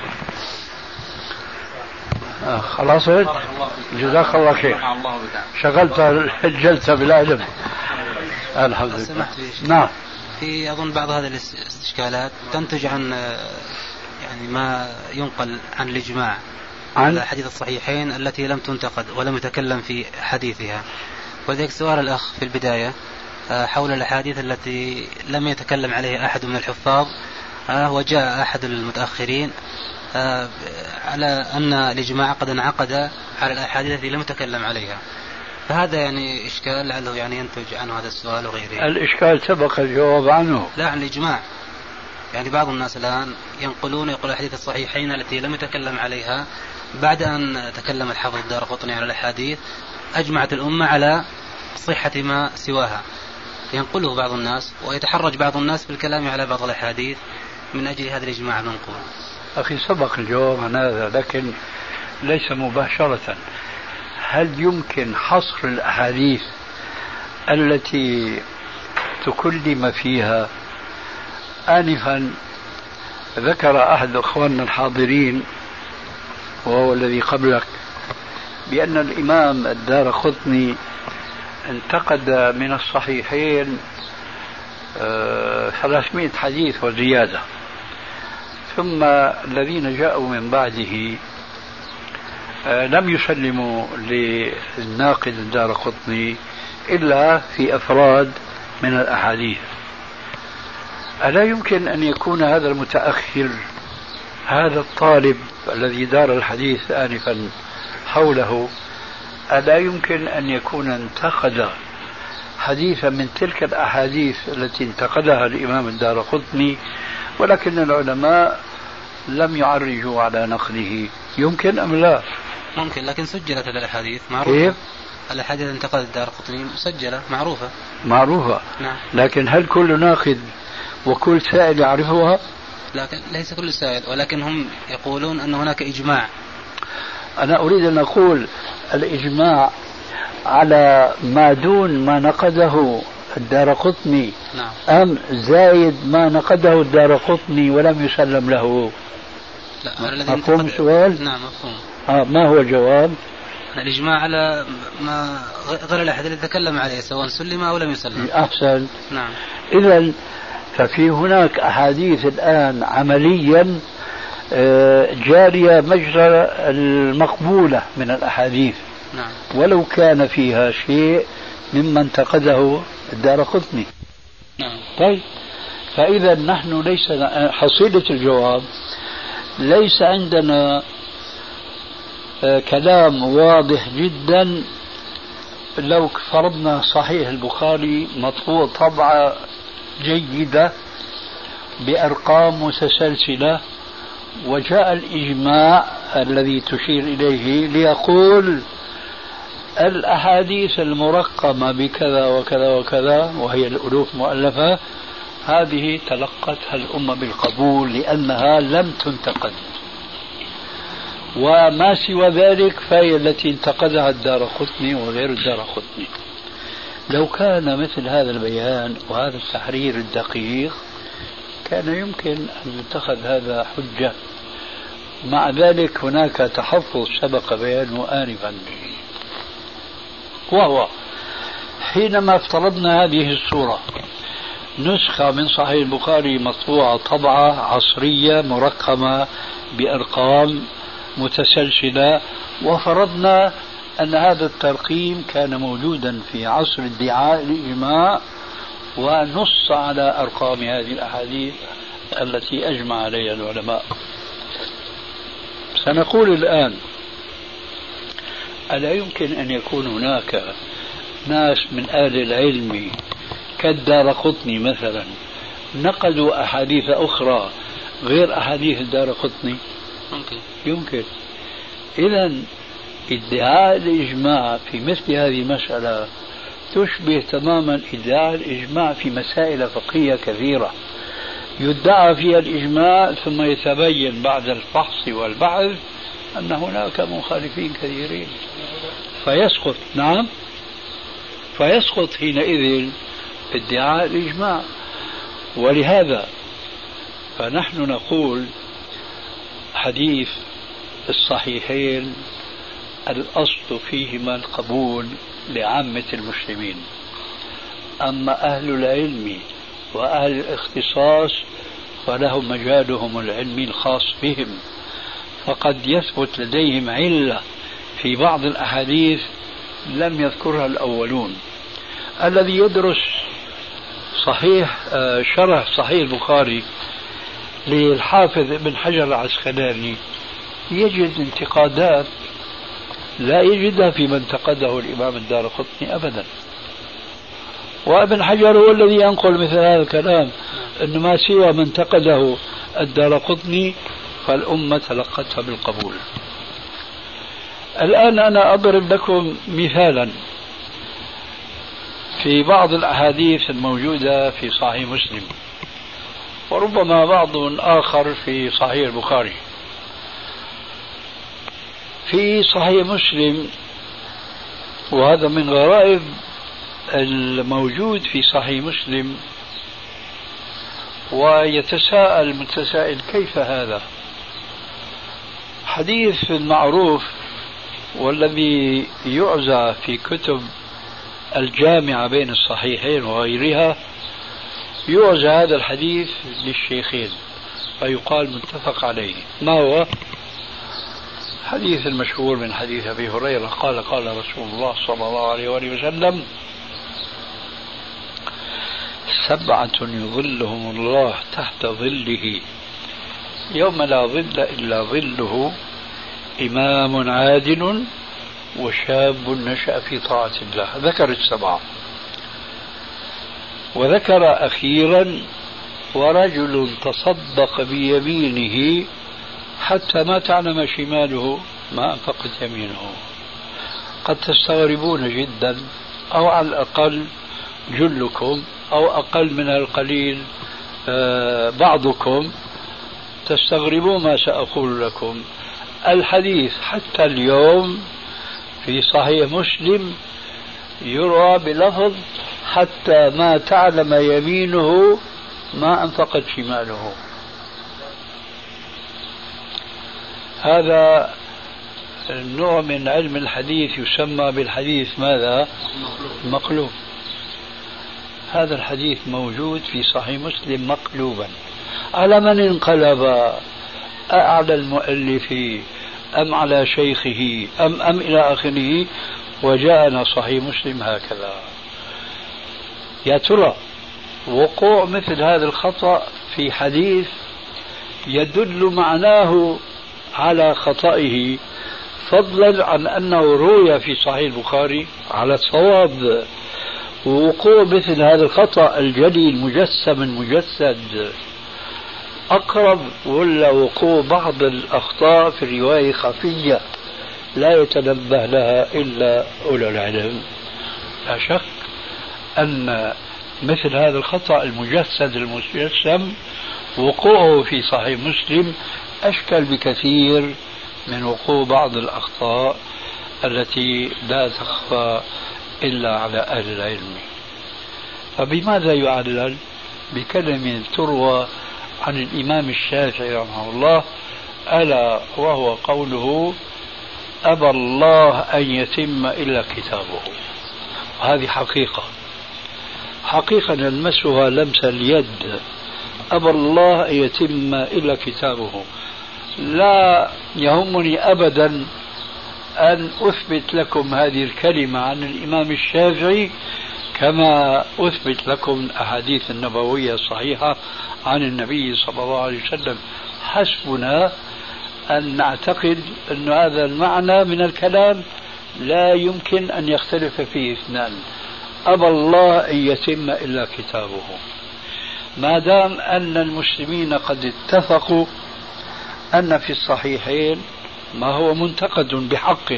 آه خلاص جزاك الله خير، شغلت الجلسة بالعلم. الحمد لله. نعم. في أظن بعض هذه الاستشكالات تنتج عن يعني ما ينقل عن الإجماع عن الحديث الصحيحين التي لم تنتقد ولم يتكلم في حديثها. وذلك سؤال الأخ في البداية حول الأحاديث التي لم يتكلم عليها أحد من الحفاظ، وجاء أحد المتأخرين على أن الإجماع قد انعقد على الأحاديث التي لم يتكلم عليها. فهذا يعني إشكال لعله يعني ينتج عنه هذا السؤال وغيره. الإشكال سبق الجواب عنه. لا، عن الإجماع. يعني بعض الناس الآن ينقلون يقول الحديث الصحيحين التي لم يتكلم عليها بعد أن تكلم الحافظ الدارقطني على الأحاديث أجمعت الأمة على صحة ما سواها، ينقله بعض الناس ويتحرج بعض الناس بالكلام على بعض الأحاديث من أجل هذا الإجماع المنقول. أخي سبق الجواب عن هذا لكن ليس مباشرة. هل يمكن حصر الأحاديث التي تكلم فيها؟ آنفا ذكر أحد أخواننا الحاضرين وهو الذي قبلك بأن الإمام الدارقطني انتقد من الصحيحين ثلاثمائة حديث وزيادة، ثم الذين جاءوا من بعده لم يسلموا للناقد الدارقطني إلا في أفراد من الأحاديث. ألا يمكن أن يكون هذا المتأخر هذا الطالب الذي دار الحديث آنفا حوله ألا يمكن أن يكون انتقد حديثا من تلك الأحاديث التي انتقدها الإمام الدارقطني ولكن العلماء لم يعرجوا على نقده؟ يمكن أم لا؟ ممكن، لكن سجلت الأحاديث معروفة. كيف؟ الأحاديث التي انتقدت الدارقطني مسجلة معروفة. معروفة. نعم. لكن هل كل ناقد وكل سائل يعرفها؟ لكن ليس كل سائل، ولكن هم يقولون أن هناك إجماع. أنا أريد أن أقول الإجماع على ما دون ما نقده الدارقطني. نعم. أم زايد ما نقده الدارقطني ولم يسلم له؟ لا، مفهوم السؤال؟ نعم مفهوم. آه ما هو الجواب؟ الإجماع على ما غير الأحد الذي تكلم عليه سواء سلم أو لم يسلم. أحسن. نعم. إذن ففي هناك أحاديث الآن عمليا جارية مجرى المقبولة من الأحاديث. نعم. ولو كان فيها شيء مما انتقده الدارقطني. نعم. طيب فإذا نحن ليس حصيلة الجواب ليس عندنا كلام واضح جدا. لو فرضنا صحيح البخاري مطبوع طبعة جيدة بأرقام متسلسلة وجاء الإجماع الذي تشير إليه ليقول الأحاديث المرقمة بكذا وكذا وكذا وهي الألوف مؤلفة هذه تلقتها الأمة بالقبول لأنها لم تنتقد، وما سوى ذلك فهي التي انتقدها الدارقطني وغير الدارقطني. لو كان مثل هذا البيان وهذا التحرير الدقيق كان يمكن أن يتخذ هذا حجة. مع ذلك هناك تحفظ سبق بيانه آنفا، وهو حينما افترضنا هذه الصورة نسخة من صحيح البخاري مطبوعة طبعة عصرية مرقمة بأرقام متسلسلة، وفرضنا أن هذا الترقيم كان موجودا في عصر ادعاء الإجماع، ونص على أرقام هذه الأحاديث التي أجمع عليها العلماء. سنقول الآن: ألا يمكن أن يكون هناك ناس من أهل العلم كالدارقطني مثلا نقلوا أحاديث أخرى غير أحاديث الدارقطني؟ ممكن. يمكن. إذن ادعاء الإجماع في مثل هذه المسألة تشبه تماما ادعاء الإجماع في مسائل فقهية كثيرة يدعى فيها الإجماع ثم يتبين بعد الفحص والبحث أن هناك مخالفين كثيرين فيسقط. نعم، فيسقط حينئذ ادعاء الإجماع. ولهذا فنحن نقول حديث الصحيحين الأصل فيهما القبول لعامة المسلمين، أما أهل العلم وأهل الاختصاص فلهم مجالهم العلمي الخاص بهم، فقد يثبت لديهم علة في بعض الأحاديث لم يذكرها الأولون. الذي يدرس صحيح شرح صحيح البخاري للحافظ ابن حجر العسقلاني يجد انتقادات لا يجدها في من انتقده الإمام الدارقطني أبدا. وابن حجر هو الذي ينقل مثل هذا الكلام، أن ما سوى من انتقده الدارقطني فالأمة تلقتها بالقبول. الآن أنا أضرب لكم مثالا في بعض الأحاديث الموجودة في صحيح مسلم، وربما بعض آخر في صحيح البخاري. في صحيح مسلم، وهذا من غرائب الموجود في صحيح مسلم، ويتساءل المتسائل كيف هذا؟ حديث المعروف والذي يعزى في كتب الجامعة بين الصحيحين وغيرها، يعزى هذا الحديث للشيخين فيقال متفق عليه. ما هو؟ حديث المشهور من حديث أبي هريرة قال قال رسول الله صلى الله عليه وآله وسلم: سبعة يظلهم الله تحت ظله يوم لا ظل إلا ظله، إمام عادل وشاب نشأ في طاعة الله. ذكر السبعة، وذكر أخيرا: ورجل تصدق بيمينه حتى ما تعلم شماله ما أنفقت يمينه. قد تستغربون جدا، أو على الأقل جلكم، أو أقل من القليل بعضكم تستغربون ما سأقول لكم. الحديث حتى اليوم في صحيح مسلم يروى بلفظ: حتى ما تعلم يمينه ما أنفقت شماله. هذا النوع من علم الحديث يسمى بالحديث ماذا؟ مقلوب. هذا الحديث موجود في صحيح مسلم مقلوبا. على من انقلب؟ أعلى المؤلف أم على شيخه أم أم إلى آخره؟ وجاءنا صحيح مسلم هكذا. يا ترى وقوع مثل هذا الخطأ في حديث يدل معناه على خطئه، فضلا عن أنه روي في صحيح البخاري على الصواب، ووقوع مثل هذا الخطأ الجلي المجسم المجسد أقرب، ولا وقوع بعض الأخطاء في الرواية خفية لا يتنبه لها إلا أولو العلم؟ لا شك أن مثل هذا الخطأ المجسد المجسم وقوعه في صحيح مسلم أشكل بكثير من وقوع بعض الأخطاء التي لا تخفى إلا على أهل العلم. فبماذا يعلل؟ بكلمة تروى عن الإمام الشافعي رحمه الله، ألا وهو قوله: أبى الله أن يتم إلا كتابه. وهذه حقيقة حقيقة نلمسها لمس اليد. أبى الله أن يتم إلا كتابه. لا يهمني أبدا أن أثبت لكم هذه الكلمة عن الإمام الشافعي كما أثبت لكم الأحاديث النبوية الصحيحة عن النبي صلى الله عليه وسلم. حسبنا أن نعتقد أن هذا المعنى من الكلام لا يمكن أن يختلف فيه اثنان. أبى الله أن يتم إلا كتابه. ما دام أن المسلمين قد اتفقوا أن في الصحيحين ما هو منتقد بحق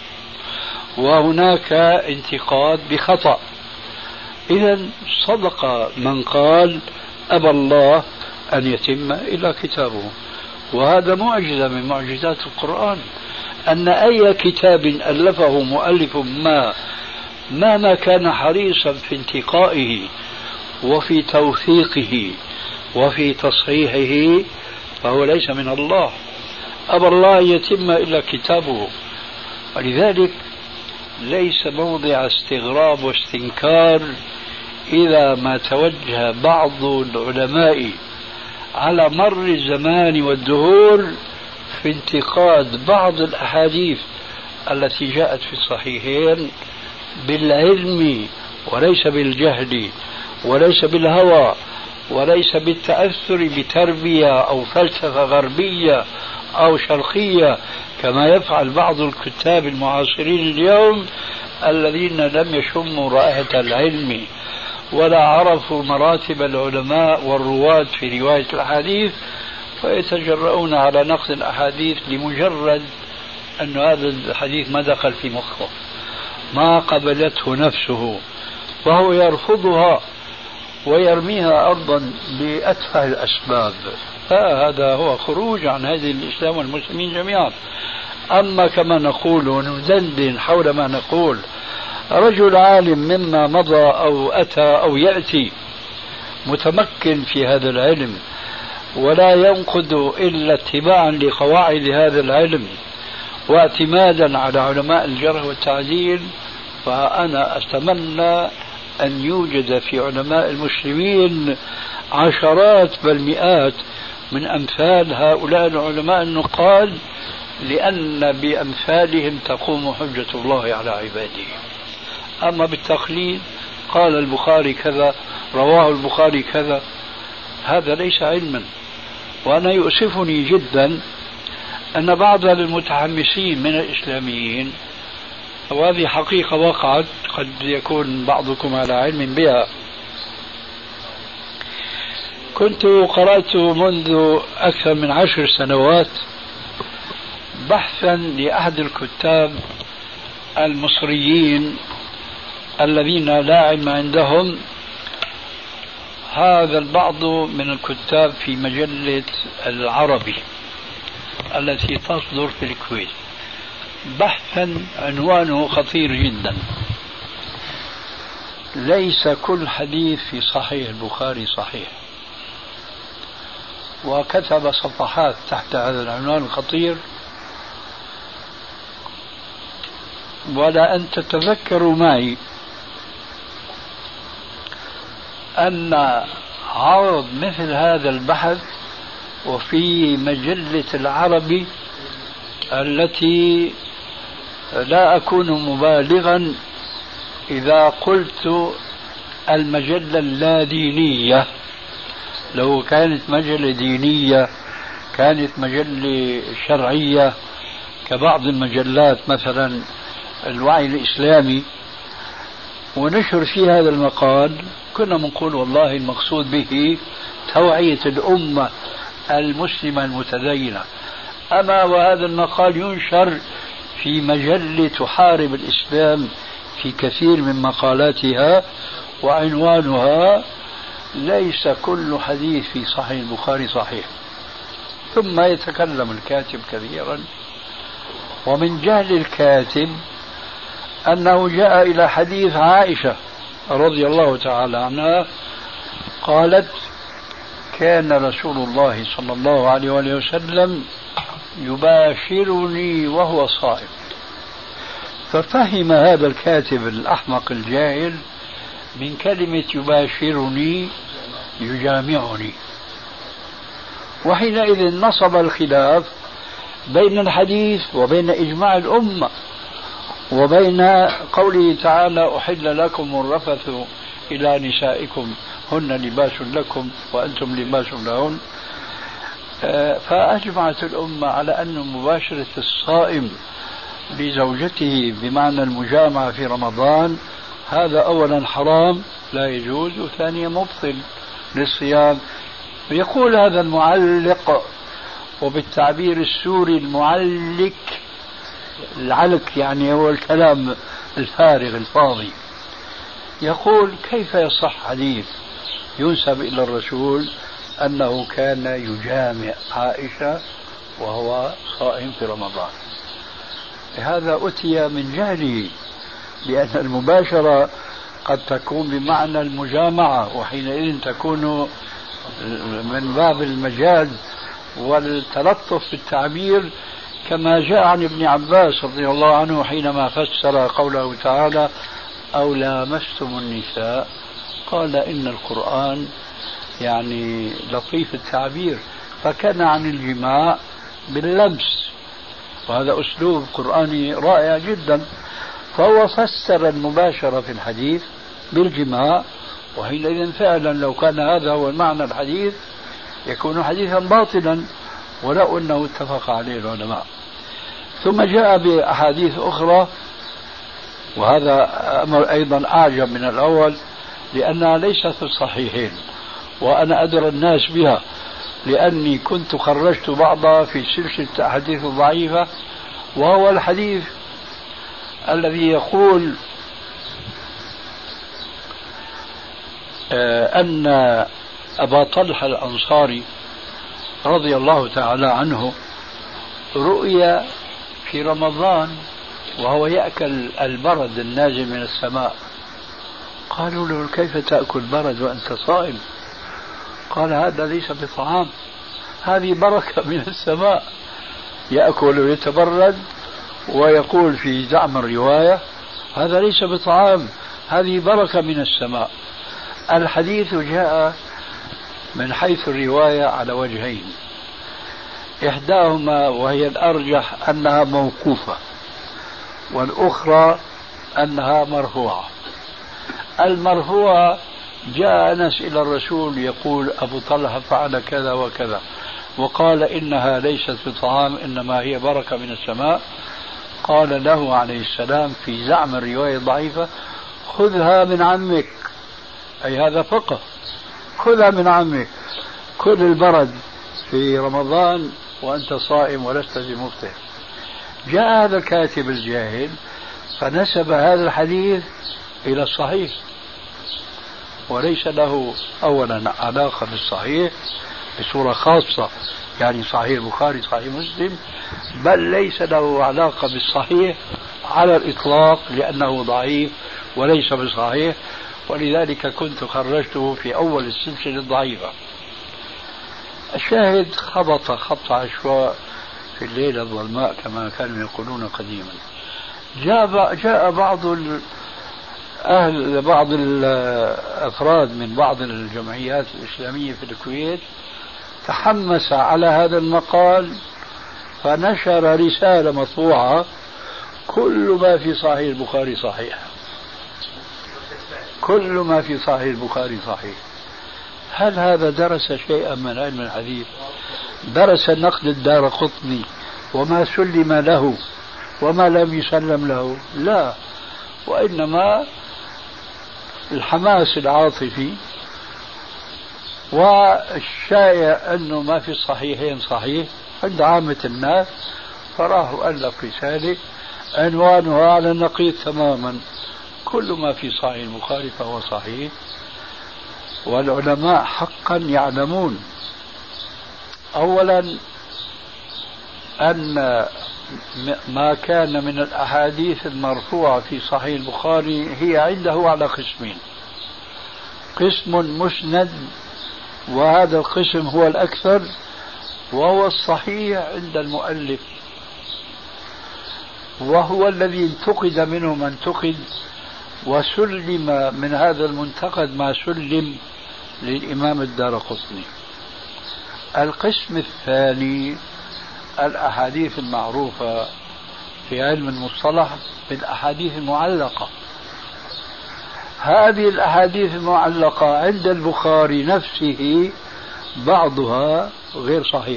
وهناك انتقاد بخطأ، إذن صدق من قال أبى الله أن يتم إلا كتابه. وهذا معجزة من معجزات القرآن، أن أي كتاب ألفه مؤلف ما مهما كان حريصا في انتقائه وفي توثيقه وفي تصحيحه فهو ليس من الله. أبى الله يتم إلا كتابه. ولذلك ليس موضع استغراب واستنكار إذا ما توجه بعض العلماء على مر الزمان والدهور في انتقاد بعض الأحاديث التي جاءت في الصحيحين بالعلم وليس بالجهل وليس بالهوى وليس بالتأثر بتربية أو فلسفة غربية أو شرقية كما يفعل بعض الكتاب المعاصرين اليوم الذين لم يشموا رائحة العلم ولا عرفوا مراتب العلماء والرواة في رواية الحديث، فيتجرؤون على نقد الأحاديث لمجرد أن هذا الحديث ما دخل في مخه، ما قبلته نفسه، وهو يرفضها ويرميها أرضا بأتفه الأسباب. فهذا هو خروج عن هذه الإسلام والمسلمين جميعا. أما كما نقول وندندن حول ما نقول رجل عالم مما مضى أو أتى أو يأتي متمكن في هذا العلم ولا ينقد إلا اتباعا لقواعد هذا العلم واعتمادا على علماء الجرح والتعديل، فأنا أتمنى أن يوجد في علماء المسلمين عشرات بل مئات من أمثال هؤلاء العلماء النقاد، لأن بأمثالهم تقوم حجة الله على عباده. أما بالتقليد قال البخاري كذا رواه البخاري كذا، هذا ليس علما. وأنا يؤسفني جدا أن بعض المتحمسين من الإسلاميين، وهذه حقيقة وقعت قد يكون بعضكم على علم بها، كنت قرأت منذ أكثر من عشر سنوات بحثا لأحد الكتاب المصريين الذين لا علم عندهم، هذا البعض من الكتاب في مجلة العربي التي تصدر في الكويت، بحثا عنوانه خطير جدا: ليس كل حديث في صحيح البخاري صحيح. وكتب صفحات تحت هذا العنوان الخطير، ولا أن تتذكروا معي أن عرض مثل هذا البحث وفي مجلة العربي التي لا أكون مبالغا إذا قلت المجلة اللادينية، لو كانت مجلة دينية كانت مجلة شرعية كبعض المجلات مثلا الوعي الإسلامي، ونشر في هذا المقال، كنا نقول والله المقصود به توعية الأمة المسلمة المتدينة. أما وهذا المقال ينشر في مجلة تحارب الإسلام في كثير من مقالاتها، وعنوانها: ليس كل حديث في صحيح البخاري صحيح. ثم يتكلم الكاتب كثيرا، ومن جهل الكاتب أنه جاء إلى حديث عائشة رضي الله تعالى عنها قالت: كان رسول الله صلى الله عليه وسلم يباشرني وهو صائم. ففهم هذا الكاتب الأحمق الجاهل من كلمة يباشرني يجامعني، وحينئذ نصب الخلاف بين الحديث وبين إجماع الأمة وبين قوله تعالى: أحل لكم الرفث إلى نسائكم هن لباس لكم وأنتم لباس لهن. فأجمعت الأمة على أن مباشرة الصائم لزوجته بمعنى المجامعة في رمضان هذا أولا حرام لا يجوز، وثانيا مبطل للصيام. يقول هذا المعلق، وبالتعبير السوري المعلك، العلك يعني هو الكلام الفارغ الفاضي، يقول: كيف يصح حديث ينسب إلى الرسول أنه كان يجامع عائشة وهو صائم في رمضان؟ هذا أتي من جهله، لأن المباشرة قد تكون بمعنى المجامعة، وحينئذ تكون من باب المجاز والتلطف في التعبير، كما جاء عن ابن عباس رضي الله عنه حينما فسر قوله تعالى: أو لامستم النساء، قال: إن القرآن يعني لطيف التعبير، فكان عن الجماع باللمس، وهذا أسلوب قرآني رائع جدا. فهو فسر المباشرة في الحديث بالجماع، وحينئذ فعلا لو كان هذا هو المعنى الحديث يكون حديثا باطلا، ولو أنه اتفق عليه العلماء. ثم جاء بأحاديث أخرى، وهذا أمر أيضا أعجب من الأول، لأنها ليست في الصحيحين، وأنا أدرى الناس بها لأني كنت خرجت بعضها في سلسلة الأحاديث الضعيفة، وهو الحديث الذي يقول أن أبا طلحة الأنصاري رضي الله تعالى عنه رؤيا في رمضان وهو يأكل البرد النازل من السماء. قالوا له: كيف تأكل برد وأنت صائم؟ قال: هذا ليس بطعام، هذه بركة من السماء. يأكل ويتبرد، ويقول في زعم الرواية: هذا ليس بطعام، هذه بركة من السماء. الحديث جاء من حيث الرواية على وجهين، إحداهما وهي الأرجح أنها موقوفة، والأخرى أنها مرفوعة. المرفوعة: جاء أنس إلى الرسول يقول: أبو طلحة فعل كذا وكذا، وقال: إنها ليست بطعام إنما هي بركة من السماء. قال له عليه السلام في زعم الرواية الضعيفة: خذها من عمك، أي هذا فقه، خذها من عمك، كل البرد في رمضان وأنت صائم ولست بمفطر. جاء هذا الكاتب الجاهل فنسب هذا الحديث إلى الصحيح، وليس له أولا علاقة بالصحيح بصورة خاصة، يعني صحيح البخاري صحيح مسلم، بل ليس له علاقة بالصحيح على الإطلاق، لأنه ضعيف وليس بصحيح، ولذلك كنت خرجته في أول السلسلة الضعيفة. الشاهد: خبط خبط عشواء في الليلة الظلماء كما كانوا يقولون قديما. جاء جاء بعض أهل بعض الأفراد من بعض الجمعيات الإسلامية في الكويت تحمس على هذا المقال، فنشر رسالة مطبوعة: كل ما في صحيح البخاري صحيح، كل ما في صحيح البخاري صحيح. هل هذا درس شيئا من علم الحديث؟ درس نقد الدارقطني وما سلم له وما لم يسلم له؟ لا، وإنما الحماس العاطفي، والشائع أنه ما في الصحيحين صحيح عند عامة الناس، فراه ألف رسالة عنوانها على النقيض تماما: كل ما في صحيح البخاري فهو صحيح. والعلماء حقا يعلمون أولا أن ما كان من الأحاديث المرفوعة في صحيح البخاري هي عنده على قسمين: قسم مسند، وهذا القسم هو الأكثر وهو الصحيح عند المؤلف، وهو الذي انتقد منه ما انتقد، وسلم من هذا المنتقد ما سلم للإمام الدارقطني. القسم الثاني الأحاديث المعروفة في علم المصطلح بالأحاديث المعلقة. هذه الأحاديث المعلقة عند البخاري نفسه بعضها غير صحيح،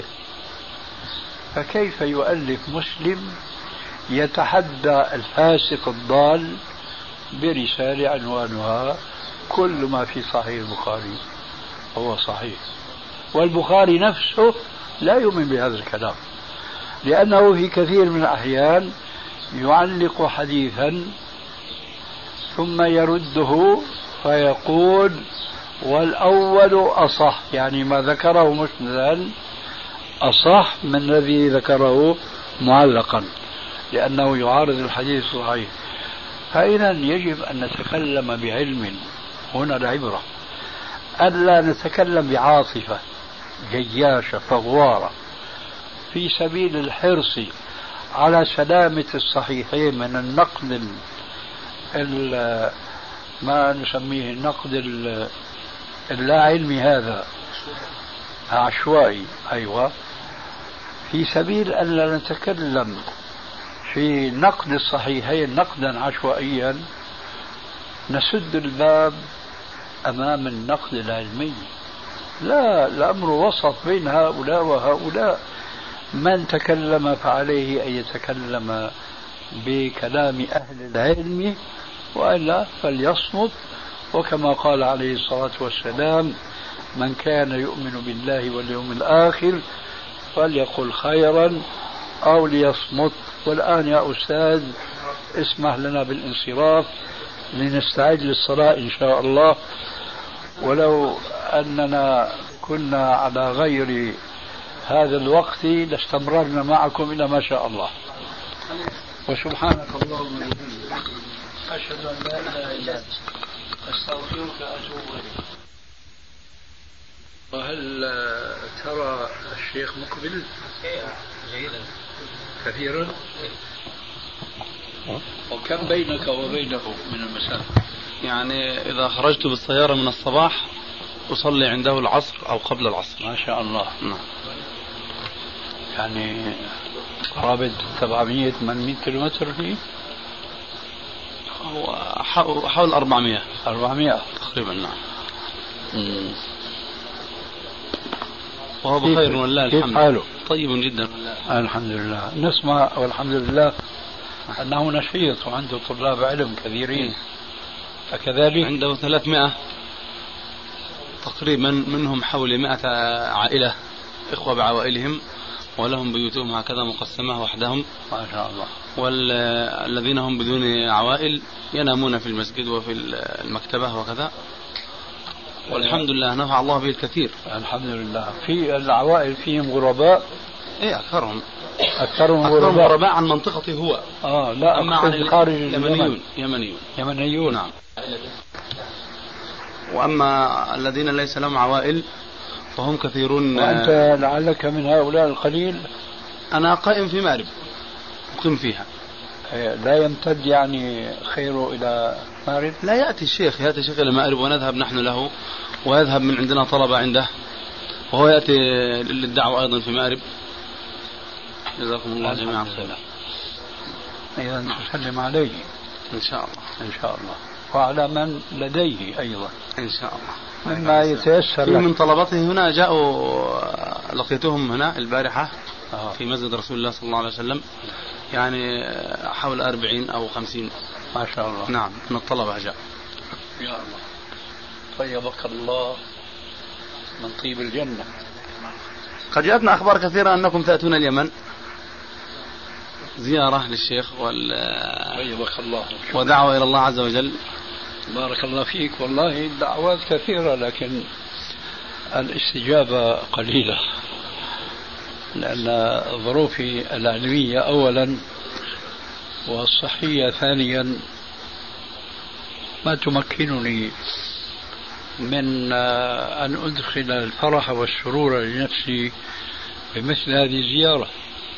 فكيف يؤلف مسلم يتحدى الفاسق الضال برسالة عنوانها كل ما في صحيح البخاري هو صحيح؟ والبخاري نفسه لا يؤمن بهذا الكلام، لأنه في كثير من الأحيان يعلق حديثا ثم يرده فيقول والأول أصح، يعني ما ذكره مسندا أصح من الذي ذكره معلقا، لأنه يعارض الحديث الصحيح. فإذا يجب أن نتكلم بعلم، هنا العبرة ألا نتكلم بعاطفة جياشة فغوارة في سبيل الحرص على سلامة الصحيحين من النقد ال ما نسميه النقد اللا علمي، هذا عشوائي. أيوة، في سبيل أن لا نتكلم في نقد الصحيحين نقدا عشوائيا نسد الباب أمام النقد العلمي. لا، الأمر وسط بين هؤلاء وهؤلاء. من تكلم فعليه أن يتكلم بكلام أهل العلم، وإلا فليصمت. وكما قال عليه الصلاة والسلام: من كان يؤمن بالله واليوم الآخر فليقل خيرا أو ليصمت. والآن يا أستاذ اسمح لنا بالانصراف لنستعد للصلاة إن شاء الله، ولو أننا كنا على غير هذا الوقت لاستمررنا معكم إلى ما شاء الله. وسبحانك اللهم وبحمدك أشهد أن لا إله إلا أنت أستغفرك وأتوب إليك. وهل ترى الشيخ مقبل؟ جيدا كثيرا. وكم بينك وبينه من المسافة؟ يعني إذا خرجت بالسيارة من الصباح أصلي عنده العصر أو قبل العصر. ما شاء الله. نعم. يعني قرابة سبعمية ثمانمية كيلومتر فيه؟ هو حول أربعمية. أربعمية تقريبا. نعم. مم. وهو بخير والله الحمد. كيف حاله؟ طيب جدا. الحمد لله. نسمع والحمد لله أنه نشيط وعنده طلاب علم كثيرين، فكذلك عنده ثلاثمائة تقريبا، منهم حوالي مائة عائلة إخوة بعوائلهم، ولهم بيوتهم هكذا مقسمة وحدهم ما شاء الله. والذين هم بدون عوائل ينامون في المسجد وفي المكتبة وكذا، والحمد لله نفع الله به الكثير. الحمد لله. في العوائل فيهم غرباء؟ ايه اكثرهم اكثرهم غرباء. غرباء غرباء عن منطقته هو. اه لا، اما عن خارج يمنيون. يمنيون يمنيون. نعم. واما الذين ليس لهم عوائل فهم كثيرون. وانت لعلك من هؤلاء القليل. انا قائم في مأرب مقيم فيها. لا يمتد يعني خيره إلى مأرب؟ لا، يأتي الشيخ يأتي الشيخ إلى مأرب ونذهب نحن له، ويذهب من عندنا طلبة عنده، وهو يأتي للدعوة أيضا في مأرب. جزاكم الله جميعا خيرا. إذا تسلم عليه إن شاء الله. إن شاء الله، وعلى من لديه أيضا إن شاء الله مما يتيسر. في من طلبته هنا جاءوا لقيتهم هنا البارحة آه. في مسجد رسول الله صلى الله عليه وسلم، يعني حول أربعين أو خمسين. ما شاء الله. نعم، من الطلبة جاء. يا الله، طيبك الله من طيب الجنة. قد جاءتنا أخبار كثيرة أنكم تأتون اليمن. زيارة للشيخ وال طيبك الله ودعوة إلى الله عز وجل. بارك الله فيك. والله الدعوات كثيرة لكن الاستجابة قليلة، لأن ظروفي العلمية أولا والصحية ثانيا ما تمكنني من أن أدخل الفرح والسرور لنفسي بمثل هذه الزيارة.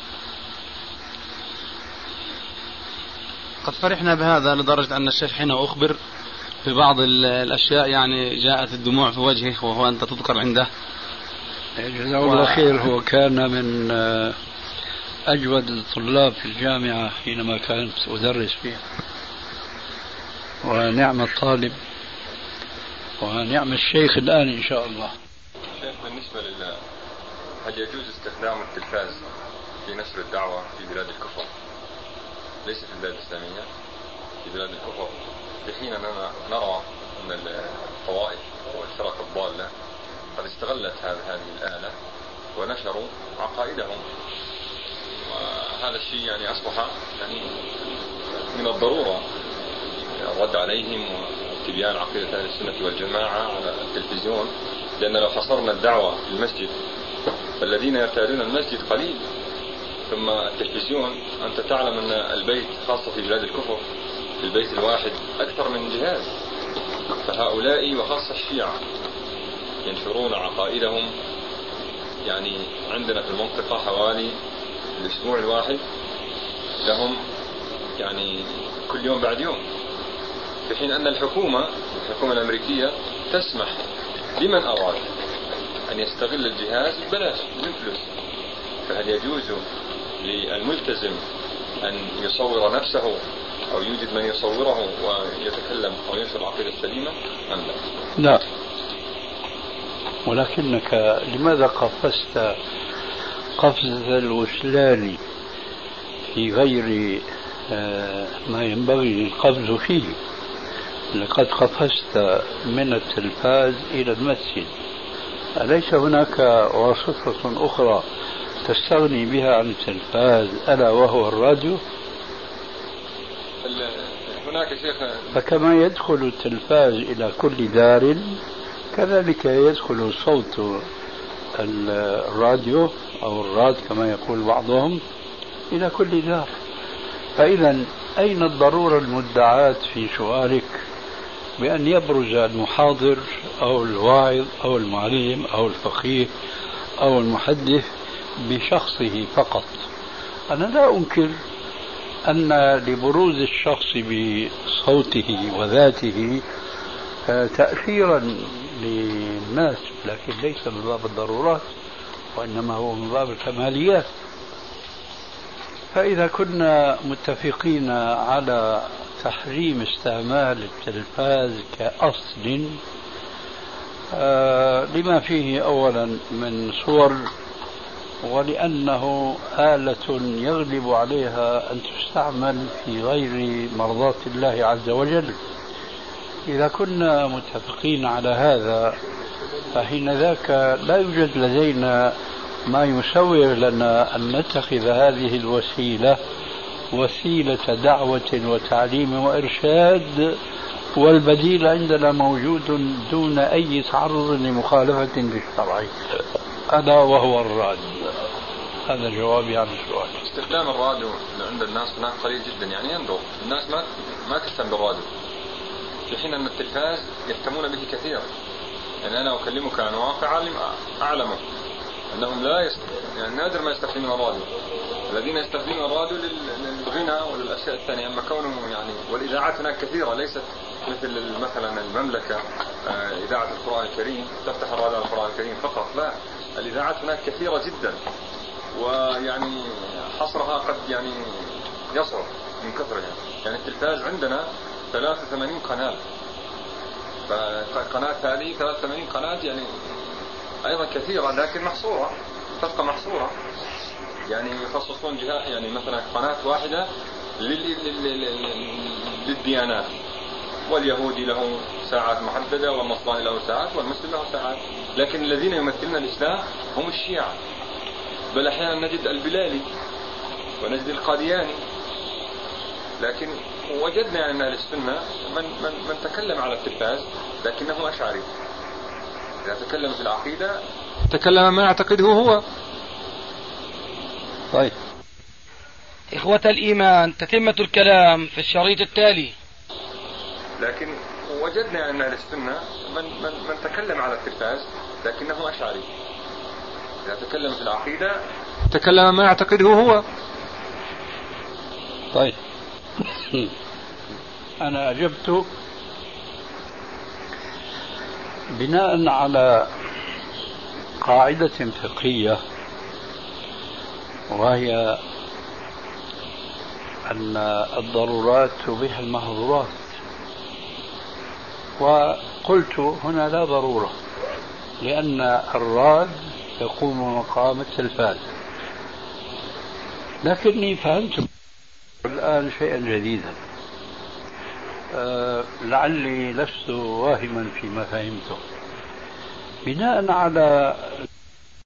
قد فرحنا بهذا لدرجة أن الشيخ حين أخبر ببعض الأشياء يعني جاءت الدموع في وجهه وهو أنت تذكر عنده. جزاه الله خير. هو كان من أجود الطلاب في الجامعة حينما كنت أدرس فيها، ونعم الطالب ونعم الشيخ الآن إن شاء الله. شيخ، بالنسبة لله هل يجوز استخدام التلفاز في نشر الدعوة في بلاد الكفر ليس في البلاد الإسلامية، في بلاد الكفر، في حين أننا نرى أن الطوائف والفرق الضالة قد استغلت هذه الآلة ونشروا عقائدهم، وهذا الشيء يعني أصبح يعني من الضرورة الرد عليهم وتبيان عقيدة أهل السنة والجماعة على التلفزيون، لأن لو حصرنا الدعوة في المسجد فالذين يرتادون المسجد قليل، ثم التلفزيون أنت تعلم أن البيت خاصة في بلاد الكفر في البيت الواحد أكثر من جهاز، فهؤلاء وخاصة الشيعة ينشرون عقائدهم يعني عندنا في المنطقة حوالي الأسبوع الواحد لهم يعني كل يوم بعد يوم، في حين أن الحكومة الحكومة الأمريكية تسمح لمن أراد أن يستغل الجهاز ببلاش من فلوس. فهل يجوز للملتزم أن يصور نفسه أو يوجد من يصوره ويتكلم أو ينشر العقيدة السليمة أم لا؟ لا، ولكنك لماذا قفزت قفز الوسلان في غير ما ينبغي القفز فيه؟ لقد قفزت من التلفاز إلى المسجد، أليس هناك واسطة أخرى تستغني بها عن التلفاز ألا وهو الراديو؟ هناك شيخ. فكما يدخل التلفاز إلى كل دار كذلك يدخل صوت الراديو أو الراد كما يقول بعضهم إلى كل دار. فإذا أين الضرورة المدعاة في سؤالك بأن يبرز المحاضر أو الواعظ أو المعلم أو الفقيه أو المحدث بشخصه فقط؟ أنا لا أنكر أن لبروز الشخص بصوته وذاته تأثيرا للناس، لكن ليس من باب الضرورات وإنما هو من باب الكماليات. فإذا كنا متفقين على تحريم استعمال التلفاز كأصل آه لما فيه أولا من صور، ولأنه آلة يغلب عليها أن تستعمل في غير مرضاة الله عز وجل، إذا كنا متفقين على هذا فحين ذاك لا يوجد لدينا ما يسوغ لنا أن نتخذ هذه الوسيلة وسيلة دعوة وتعليم وإرشاد، والبديل عندنا موجود دون أي تعرض لمخالفة للشرع ألا وهو الراديو. هذا جوابي عن السؤال. استخدام الراديو عند الناس هناك قليل جدا، يعني ينظر الناس ما ما تهتم بالراديو، في حين أن التلفاز يهتمون به كثير. يعني أنا أكلمك عن واقع أعلمه أنهم لا يست... يعني نادر ما يستخدمون الراديو. الذين يستخدمون الراديو للغنى وللأشياء الثانية، أما كونه يعني والإذاعات هناك كثيرة، ليست مثل مثلا المملكة إذاعة القرآن الكريم تفتح الراديو على القرآن الكريم فقط، لا، الإذاعات هناك كثيرة جدا، ويعني حصرها قد يعني يصعب من كثرها. يعني التلفاز عندنا ثلاثة وثمانين قناة، فقناة هذه ثلاثة وثمانين قناة يعني أيضا كثيرة لكن محصورة، تبقى محصورة. يعني يخصصون جهة يعني مثلا قناة واحدة للديانات، واليهودي له ساعات محددة والنصراني له ساعات والمسلم له ساعات، لكن الذين يمثلون الإسلام هم الشيعة، بل أحيانا نجد البلالي ونجد القادياني. لكن وجدنا أن أهل السنة من, من, من تكلم على التلفاز لكنه أشعري، إذا تكلم في العقيدة تكلم ما يعتقده هو. طيب إخوة الإيمان، تتمة الكلام في الشريط التالي. لكن وجدنا أن أهل السنة من, من, من تكلم على التلفاز لكنه أشعري، إذا تكلم في العقيدة تكلم ما يعتقده هو. طيب أنا أجبت بناء على قاعدة فقهية، وهي أن الضرورات تبيح المحظورات، وقلت هنا لا ضرورة، لأن الراد يقوم مقام التلفاز. لكني فهمت الآن شيئا جديدا، أه لعلي لست واهما فيما فهمته. بناء على